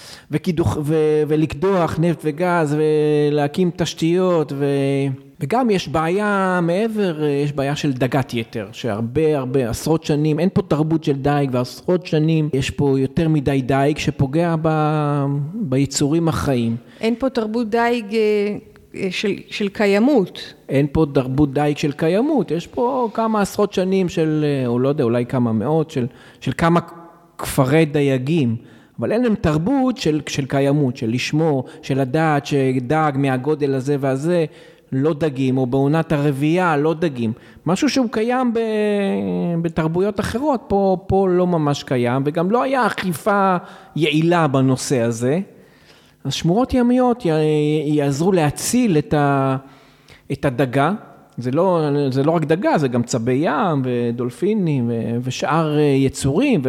Speaker 2: ולקדוח נפט וגז ולהקים תשתיות וגם יש בעיה מעבר, יש בעיה של דגת יתר, שהרבה עשרות שנים, אין פה תרבות של דייג ועשרות שנים יש פה יותר מדי דייג שפוגע ביצורים החיים.
Speaker 1: אין פה תרבות דייג של קיימות.
Speaker 2: אין פה תרבות דייג של קיימות, יש פה כמה עשרות שנים של, או לא יודע, אולי כמה מאות של כמה כפרי דייגים. אבל אין להם תרבות של קיימות, של לשמור, של לדעת שדג מהגודל הזה והזה לא דגים, או בעונת הרבייה לא דגים. משהו שהוא קיים בתרבויות אחרות, פה לא ממש קיים, וגם לא היה אכיפה יעילה בנושא הזה. אז שמורות ימיות יעזרו להציל את הדגה. זה לא רק דגה, זה גם צבי ים ודולפינים ושאר יצורים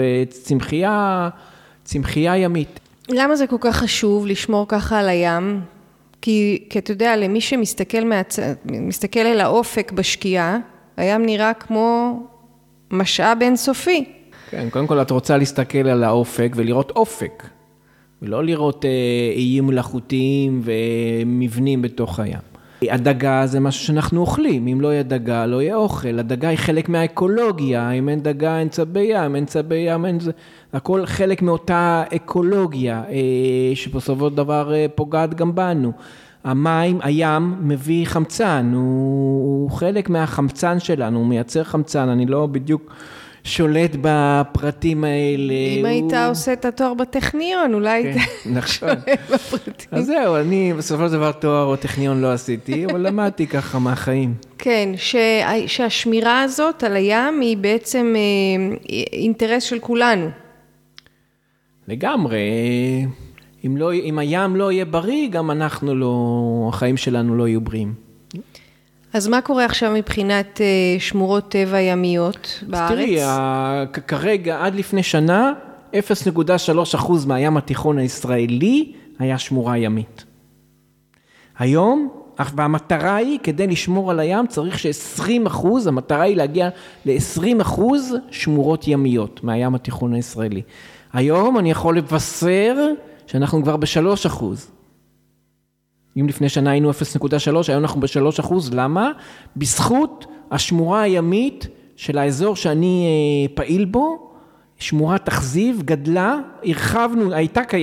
Speaker 2: צמחייה ימית.
Speaker 1: למה זה כל כך חשוב לשמור ככה על הים? כי אתה יודע, למי שמסתכל אל האופק בשקיעה, הים נראה כמו משאב אינסופי.
Speaker 2: כן, קודם כל את רוצה להסתכל על האופק ולראות אופק, ולא לראות איים מלאכותיים ומבנים בתוך הים. הדגה זה משהו שאנחנו אוכלים, אם לא יהיה דגה, לא יהיה אוכל. הדגה היא חלק מהאקולוגיה, אם אין דגה אין צבי ים, אין צבי ים, אין זה. הכל חלק מאותה אקולוגיה, שבסופו של דבר פוגעת גם בנו. הים מביא חמצן, הוא חלק מהחמצן שלנו, הוא מייצר חמצן, אני לא בדיוק שולט בפרטים האלה.
Speaker 1: אם היית עושה את התואר בטכניון, אולי היית שולט בפרטים.
Speaker 2: אז זהו, אני בסופו של דבר תואר או טכניון לא עשיתי, אבל למדתי ככה מהחיים.
Speaker 1: כן, שהשמירה הזאת על הים היא בעצם אינטרס של כולנו.
Speaker 2: לגמרי. אם הים לא יהיה בריא, גם החיים שלנו לא יהיו בריאים.
Speaker 1: אז מה קורה עכשיו מבחינת שמורות טבע ימיות בארץ?
Speaker 2: תראי, כרגע עד לפני שנה, 0.3% מהים התיכון הישראלי היה שמורה ימית. היום, והמטרה היא, כדי לשמור על הים, צריך ש20%, המטרה היא להגיע ל20% שמורות ימיות מהים התיכון הישראלי. היום אני יכול לבשר שאנחנו כבר ב3%. אם לפני שנה היינו 0.3, היום אנחנו ב3%. למה? בזכות השמורה הימית של האזור שאני פעיל בו, שמורת תחזיב גדלה, הרחבנו,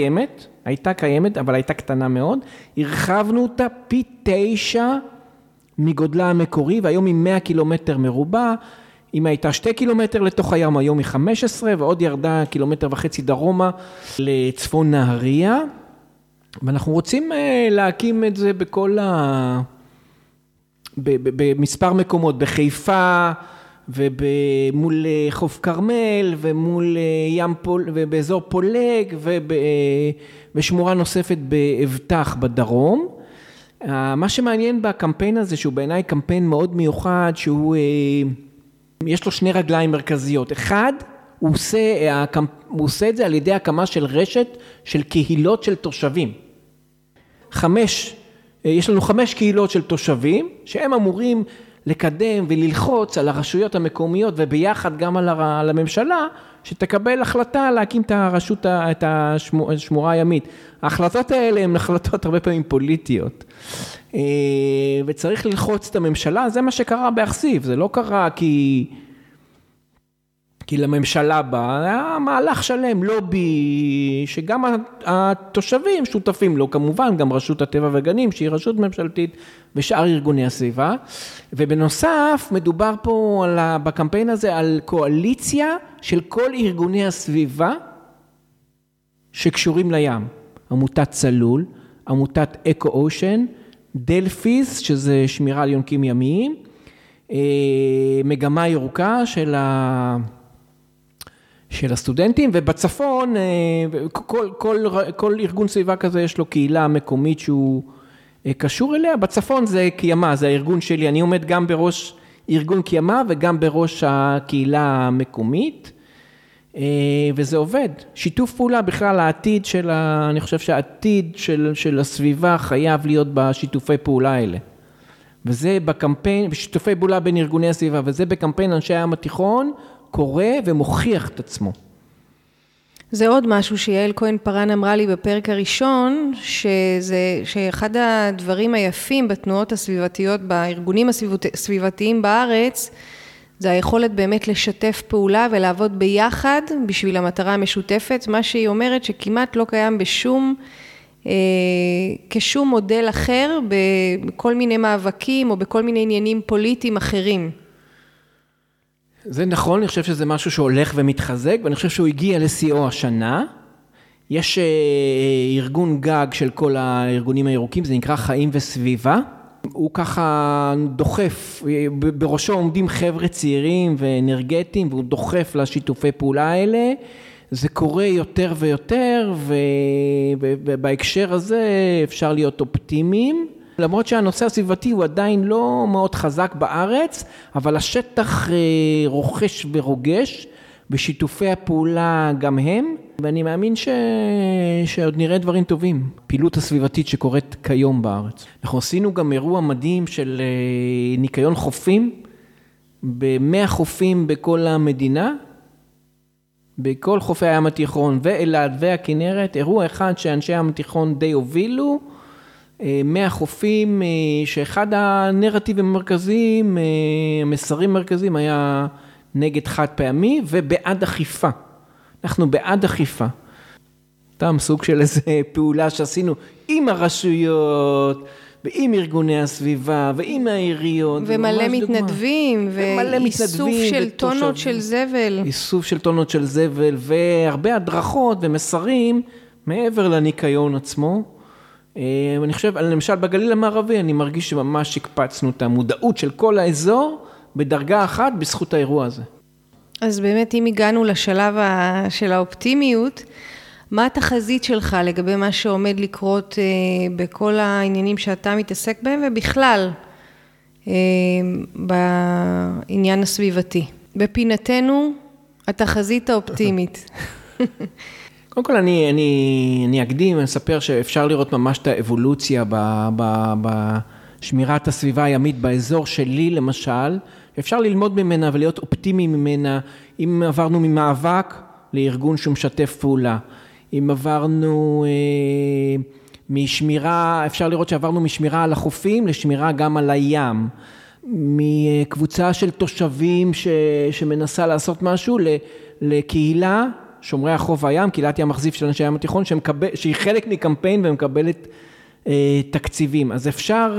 Speaker 2: הייתה קיימת, אבל הייתה קטנה מאוד, הרחבנו אותה פי 9 מגודלה המקורי, והיום היא 100 קילומטר מרובע, אם הייתה 2 קילומטר לתוך הים, היום היא 15, ועוד ירדה 1.5 קילומטר דרומה לצפון נהריה, ואנחנו רוצים להקים את זה במספר מקומות, בחיפה, ומול חוף כרמל, ומול ובאזור פולג, ובשמורה נוספת באבטח בדרום. מה שמעניין בקמפיין הזה, שהוא בעיניי קמפיין מאוד מיוחד, יש לו 2 רגליים מרכזיות. אחד, הוא עושה את זה על ידי הקמה של רשת של קהילות של תושבים. יש לנו 5 קהילות של תושבים, שהם אמורים לקדם וללחוץ על הרשויות המקומיות, וביחד גם על הממשלה, שתקבל החלטה להקים את השמורה הימית. ההחלטות האלה הן החלטות הרבה פעמים פוליטיות, וצריך ללחוץ את הממשלה. זה מה שקרה באכסיב, זה לא קרה כי לממשלה בא, היה מהלך שלם, לובי, שגם התושבים שותפים לו, כמובן גם רשות הטבע והגנים, שהיא רשות ממשלתית, ושאר ארגוני הסביבה, ובנוסף מדובר פה בקמפיין הזה על קואליציה של כל ארגוני הסביבה שקשורים לים, עמותת צלול, עמותת אקו אושן, דלפיס, שזה שמירה על יונקים ימיים, מגמה ירוקה של הסטודנטים, ובצפון, כל ארגון סביבה כזה יש לו קהילה מקומית שהוא קשור אליה. בצפון זה קיימה, זה הארגון שלי, אני עומד גם בראש ארגון קיימה וגם בראש הקהילה המקומית, וזה עובד. שיתוף פעולה בכלל, העתיד אני חושב שהעתיד של הסביבה חייב להיות בשיתופי פעולה האלה. וזה בקמפיין, בשיתופי פעולה בין ארגוני הסביבה, וזה בקמפיין אנשי הים התיכון, קורה ומוכיח את עצמו.
Speaker 1: זה עוד משהו שיעל כהן פרן אמרה לי בפרק הראשון, שאחד הדברים היפים בתנועות הסביבתיות, בארגונים הסביבתיים בארץ, זה היכולת באמת לשתף פעולה ולעבוד ביחד בשביל המטרה המשותפת, מה שהיא אומרת שכמעט לא קיים כשום מודל אחר, בכל מיני מאבקים או בכל מיני עניינים פוליטיים אחרים.
Speaker 2: זה נכון, אני חושב שזה משהו שהולך ומתחזק, ואני חושב שהוא הגיע לשיאו השנה. יש ארגון גג של כל הארגונים הירוקים, זה נקרא חיים וסביבה. הוא ככה דוחף, בראשו עומדים חבר'ה צעירים ואנרגטיים, והוא דוחף לשיתופי פעולה האלה. זה קורה יותר ויותר, ובהקשר הזה אפשר להיות אופטימיים. למרות שהנושא הסביבתי הוא עדיין לא מאוד חזק בארץ, אבל השטח רוכש ורוגש, בשיתופי הפעולה גם הם, ואני מאמין שעוד נראה דברים טובים. פעילות הסביבתית שקורית כיום בארץ. אנחנו עשינו גם אירוע מדהים של ניקיון חופים, ב100 חופים בכל המדינה, בכל חופי הים התיכון ואילת והכנרת, אירוע אחד שאנשי הים התיכון די הובילו, 100 חופים, שאחד הנרטיבים המרכזיים, המסרים המרכזיים היה נגד חד פעמי ובעד אכיפה. אנחנו בעד אכיפה. תם סוג של איזו פעולה שעשינו עם הרשויות, ועם ארגוני הסביבה, ועם העיריות.
Speaker 1: ומלא מתנדבים, ואיסוף של טונות של זבל.
Speaker 2: איסוף של טונות של זבל, והרבה הדרכות ומסרים מעבר לניקיון עצמו. ואני חושב, למשל בגליל המערבי, אני מרגיש שממש הקפצנו את המודעות של כל האזור, בדרגה אחת בזכות האירוע הזה.
Speaker 1: אז באמת, אם הגענו לשלב של האופטימיות, מה התחזית שלך לגבי מה שעומד לקרות בכל העניינים שאתה מתעסק בהם, ובכלל בעניין הסביבתי? בפינתנו, התחזית האופטימית.
Speaker 2: קודם כל אני אקדים, אני אספר שאפשר לראות ממש את האבולוציה בשמירת הסביבה הימית באזור שלי למשל, אפשר ללמוד ממנה ולהיות אופטימי ממנה, אם עברנו ממאבק לארגון שמשתף פעולה, אם עברנו משמירה, אפשר לראות שעברנו משמירה על החופים לשמירה גם על הים, מקבוצה של תושבים שמנסה לעשות משהו לקהילה, שומרי החוף הים, קהילת ים אכזיב של אנשי הים התיכון, שהיא חלק מקמפיין ומקבלת תקציבים. אז אפשר,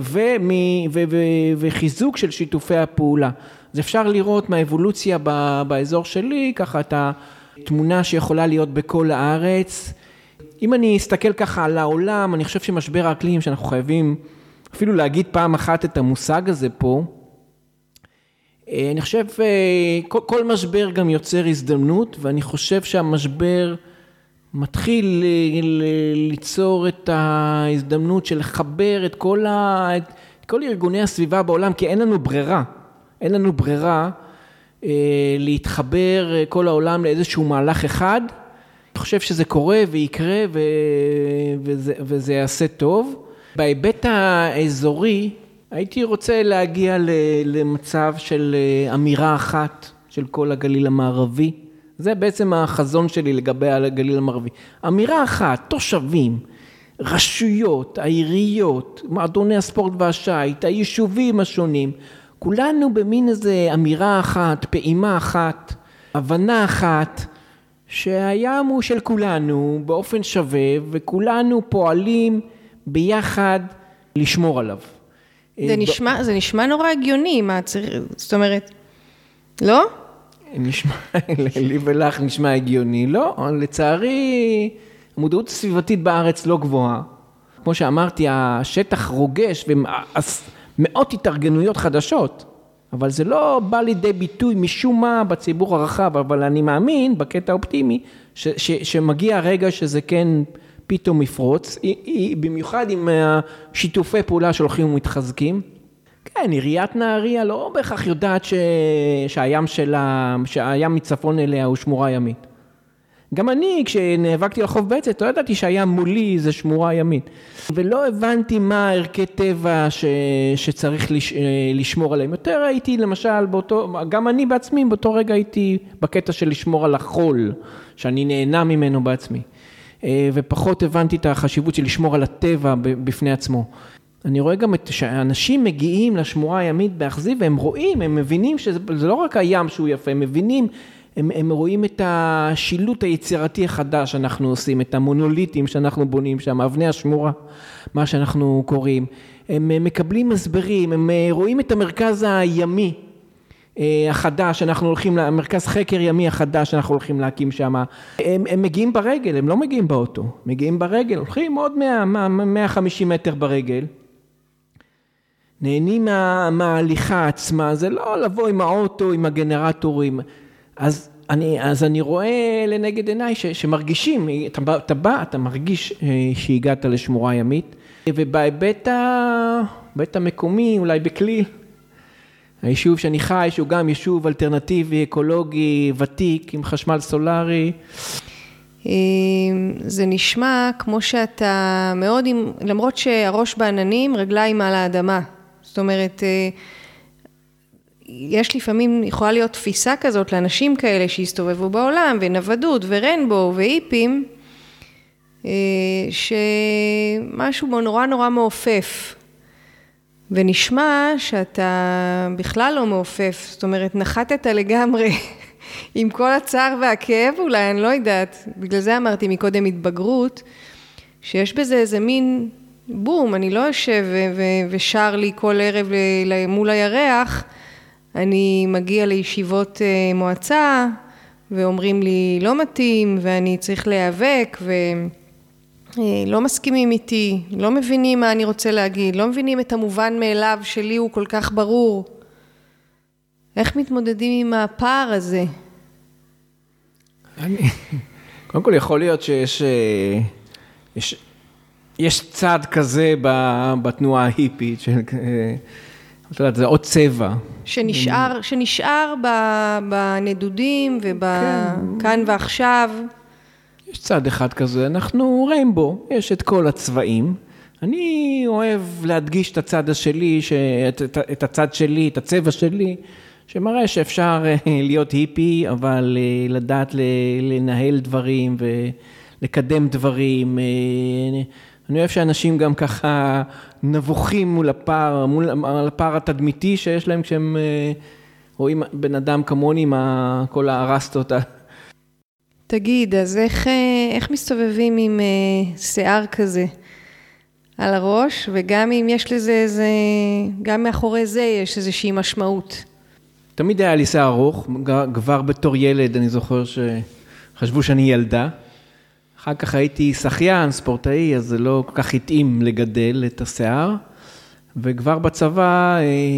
Speaker 2: וחיזוק של שיתופי הפעולה. אז אפשר לראות מהאבולוציה באזור שלי, ככה את התמונה שיכולה להיות בכל הארץ. אם אני אסתכל ככה על העולם, אני חושב שמשבר האקלים, שאנחנו חייבים אפילו להגיד פעם אחת את המושג הזה פה, אני חושב, כל משבר גם יוצר הזדמנות, ואני חושב שהמשבר מתחיל ליצור את ההזדמנות של לחבר את כל ארגוני הסביבה בעולם, כי אין לנו ברירה להתחבר כל העולם לאיזשהו מהלך אחד. אני חושב שזה קורה ויקרה וזה יעשה טוב. בהיבט האזורי, הייתי רוצה להגיע למצב של אמירה אחת של כל הגליל המערבי. זה בעצם החזון שלי לגבי הגליל המערבי. אמירה אחת, תושבים, רשויות, העיריות, מועדוני הספורט והשייט, היישובים השונים, כולנו במין איזה אמירה אחת, פעימה אחת, הבנה אחת, שהים הוא של כולנו באופן שווה, וכולנו פועלים ביחד לשמור עליו.
Speaker 1: זה נשמע נורא הגיוני, זאת אומרת, לא?
Speaker 2: לי ולך נשמע הגיוני, לא, לצערי המודעות הסביבתית בארץ לא גבוהה. כמו שאמרתי, השטח רוגש ומאות התארגנויות חדשות, אבל זה לא בא לידי ביטוי משום מה בציבור הרחב, אבל אני מאמין בקטע האופטימי שמגיע הרגע שזה כן פתאום יפרוץ, במיוחד עם שיתופי פעולה שהולכים ומתחזקים. כן, עיריית נהריה לא בהכרח יודעת שהים מצפון אליה הוא שמורה ימית. גם אני, כשנאבקתי על חוף בצת, לא ידעתי שהים מולי זה שמורה ימית. ולא הבנתי מה ערכי טבע שצריך לשמור עליהם. יותר הייתי, למשל, גם אני בעצמי, באותו רגע הייתי בקטע של לשמור על החול, שאני נהנה ממנו בעצמי. ופחות הבנתי את החשיבות של לשמור על הטבע בפני עצמו. אני רואה גם שאנשים מגיעים לשמורה הימית באכזיב, והם רואים, הם מבינים שזה לא רק הים שהוא יפה, הם מבינים, הם רואים את השילוט היצירתי החדש שאנחנו עושים, את המונוליטים שאנחנו בונים שם, אבני השמורה, מה שאנחנו קוראים. הם מקבלים הסברים, הם רואים את המרכז הימי החדש, שאנחנו הולכים, המרכז חקר ימי החדש שאנחנו הולכים להקים שם. הם מגיעים ברגל, הם לא מגיעים באוטו, מגיעים ברגל, הולכים עוד 150 מטר ברגל. נהנים מההליכה עצמה, זה לא לבוא עם האוטו, עם הגנרטורים. אז אני רואה לנגד עיניי שמרגישים, אתה מרגיש שהגעת לשמורה ימית, ובהיבט המקומי, אולי בכליל, היישוב שאני חי, שהוא גם יישוב אלטרנטיבי, אקולוגי, ותיק, עם חשמל סולרי.
Speaker 1: זה נשמע כמו שאתה מאוד, למרות שהראש בעננים, רגליים על האדמה. זאת אומרת, יש לפעמים, יכולה להיות תפיסה כזאת לאנשים כאלה שהסתובבו בעולם, ונוודות ורנבו ואיפים, שמשהו נורא נורא מעופף. ונשמע שאתה בכלל לא מעופף, זאת אומרת, נחתת לגמרי עם כל הצער והכאב, אולי, אני לא יודעת. בגלל זה אמרתי מקודם התבגרות, שיש בזה איזה מין בום, אני לא יושב ושר לי כל ערב מול הירח, אני מגיע לישיבות מועצה, ואומרים לי לא מתאים, ואני צריך להיאבק, ולא מסכימים איתי, לא מבינים מה אני רוצה להגיד, לא מבינים את המובן מאליו שלי הוא כל כך ברור. איך מתמודדים עם הפער הזה?
Speaker 2: קודם כל יכול להיות יש צד כזה בתנועה ההיפית, זה עוד צבע.
Speaker 1: שנשאר בנדודים ובכאן ועכשיו.
Speaker 2: יש צד אחד כזה, אנחנו ריימבו, יש את כל הצבעים. אני אוהב להדגיש את הצד שלי, את הצד שלי, את הצבע שלי, שמראה שאפשר להיות היפי, אבל לדעת לנהל דברים ולקדם דברים. אני אוהב שאנשים גם ככה נבוכים מול הפער התדמיתי שיש להם כשהם רואים בן אדם כמוני עם כל הרסטות.
Speaker 1: תגיד, אז איך מסתובבים עם שיער כזה? על הראש, וגם אם יש לזה גם מאחורי זה יש איזושהי משמעות.
Speaker 2: תמיד היה לי שיער ארוך, כבר בתור ילד אני זוכר שחשבו שאני ילדה. אחר כך הייתי שחיין, ספורטאי, אז זה לא כל כך התאים לגדל את השיער. וכבר בצבא,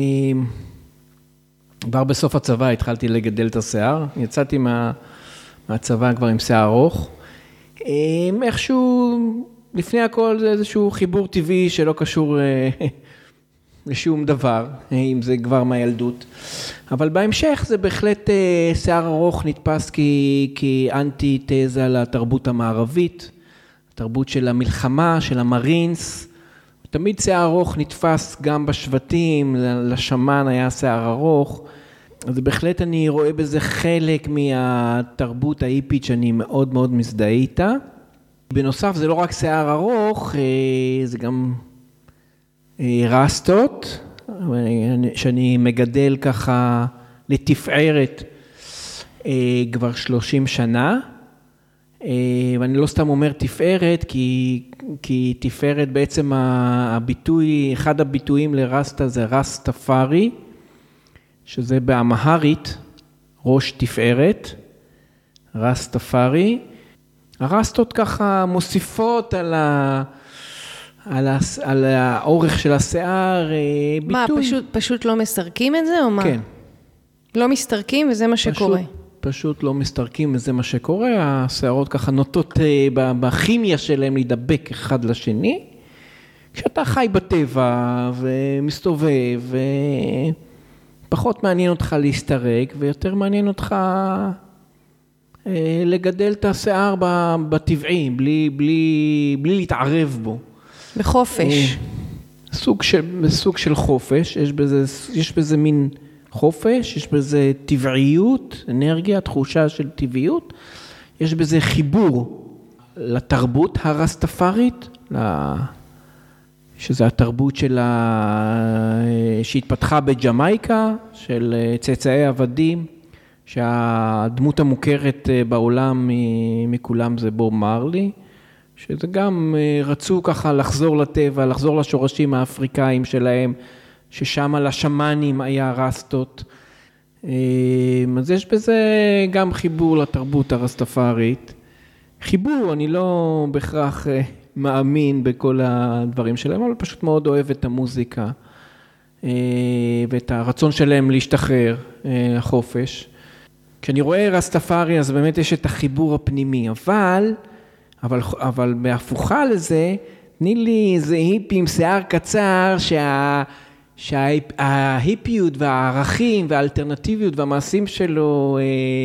Speaker 2: כבר בסוף הצבא התחלתי לגדל את השיער. יצאתי מהצבא כבר עם שיער ארוך. איכשהו, לפני הכל זה איזשהו חיבור טבעי שלא קשור לשום דבר, אם זה כבר מהילדות. אבל בהמשך זה בהחלט שיער ארוך נתפס כאנטי תזה לתרבות המערבית, התרבות של המלחמה, של המרינס. תמיד שיער ארוך נתפס גם בשבטים, לשמן היה שיער ארוך. אז בהחלט אני רואה בזה חלק מהתרבות ההיפית שאני מאוד מאוד מזדהה איתה. בנוסף זה לא רק שיער ארוך, זה גם רסטות, שאני מגדל ככה לתפארת כבר 30 שנה. ואני לא סתם אומר תפארת, כי תפארת בעצם הביטוי, אחד הביטויים לרסטה זה רסטפארי, שזה באמהרית, ראש תפארת, רסטפארי. הרסטות ככה מוסיפות על האורך של השיער ביטוי.
Speaker 1: מה, פשוט לא מסתרקים את זה או מה?
Speaker 2: כן.
Speaker 1: לא מסתרקים וזה מה שקורה.
Speaker 2: פשוט לא מסתרקים וזה מה שקורה. השערות ככה נוטות בכימיה שלהם להידבק אחד לשני. כשאתה חי בטבע ומסתובב, פחות מעניין אותך להסתרק ויותר מעניין אותך לגדל את השיער בטבעי, בלי להתערב בו.
Speaker 1: בחופש.
Speaker 2: סוג של חופש, יש בזה מין חופש, יש בזה טבעיות, אנרגיה, תחושה של טבעיות, יש בזה חיבור לתרבות הרסטפארית, שזה התרבות שהתפתחה בג'מייקה, של צאצאי עבדים, שהדמות המוכרת בעולם מכולם זה בוב מרלי, שזה גם רצו ככה לחזור לטבע, לחזור לשורשים האפריקאים שלהם, ששם לשמנים היה רסטות. אז יש בזה גם חיבור לתרבות הרסטפארית. חיבור, אני לא בהכרח מאמין בכל הדברים שלהם, אבל פשוט מאוד אוהב את המוזיקה, ואת הרצון שלהם להשתחרר, החופש. כשאני רואה רסטפארי, אז באמת יש את החיבור הפנימי, אבל בהפוכה לזה, תני לי איזה היפי עם שיער קצר, שההיפיות והערכים והאלטרנטיביות והמעשים שלו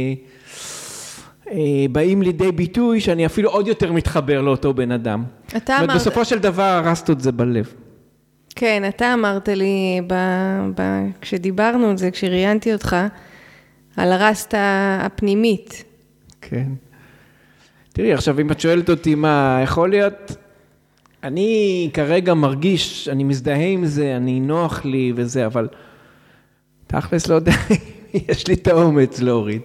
Speaker 2: באים לידי ביטוי, שאני אפילו עוד יותר מתחבר לאותו בן אדם. בסופו של דבר הרסטות זה בלב.
Speaker 1: כן, אתה אמרת לי, כשדיברנו על זה, כשראיינתי אותך, על הרסטה הפנימית.
Speaker 2: כן. תראי, עכשיו אם את שואלת אותי מה יכול להיות, אני כרגע מרגיש, אני מזדהה עם זה, אני נוח לי וזה, אבל תכלס לא יודע, יש לי את האומץ להוריד.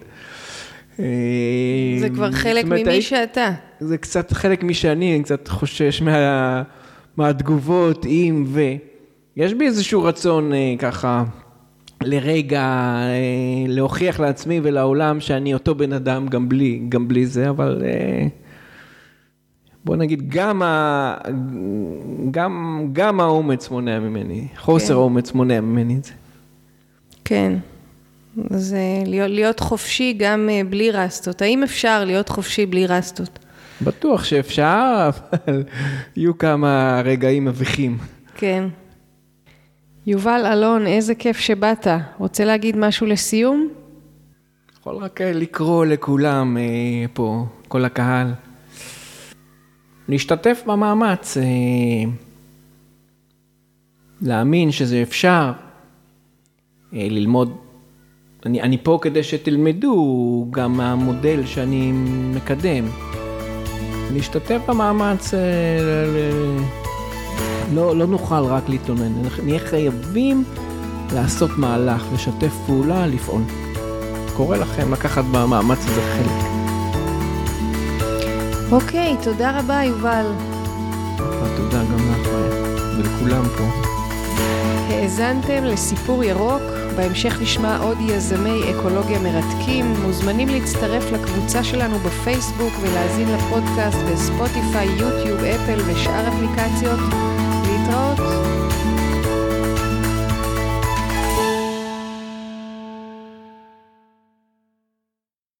Speaker 1: זה כבר חלק ממי שאתה.
Speaker 2: זה קצת חלק מי שאני, אני קצת חושש מהתגובות, אם יש בי איזשהו רצון ככה, לרגע להוכיח לעצמי ולעולם שאני אותו בן אדם גם בלי זה, אבל בוא נגיד גם האומץ מונע ממני, חוסר האומץ מונע ממני את זה.
Speaker 1: כן, אז להיות חופשי גם בלי רסטות. האם אפשר להיות חופשי בלי רסטות?
Speaker 2: בטוח שאפשר, אבל יהיו כמה רגעים מביכים.
Speaker 1: כן. יובל אלון, איזה כיף שבאת. רוצה להגיד משהו לסיום?
Speaker 2: יכול רק לקרוא לכולם פה, כל הקהל. להשתתף במאמץ, להאמין שזה אפשר, ללמוד. אני פה כדי שתלמדו גם מהמודל שאני מקדם. להשתתף במאמץ, לא נוכל רק להתלונן, נהיה חייבים לעשות מהלך, לשתף פעולה, לפעול. קורא לכם לקחת במאמץ הזה חלק.
Speaker 1: אוקיי, תודה רבה יובל.
Speaker 2: תודה גם לך. גם פה.
Speaker 1: האזנתם לסיפור ירוק, בהמשך נשמע עוד יזמי אקולוגיה מרתקים. מוזמנים להצטרף לקבוצה שלנו בפייסבוק ולהאזין לפודקאסט בספוטיפיי, יוטיוב, אפל ושאר אפליקציות.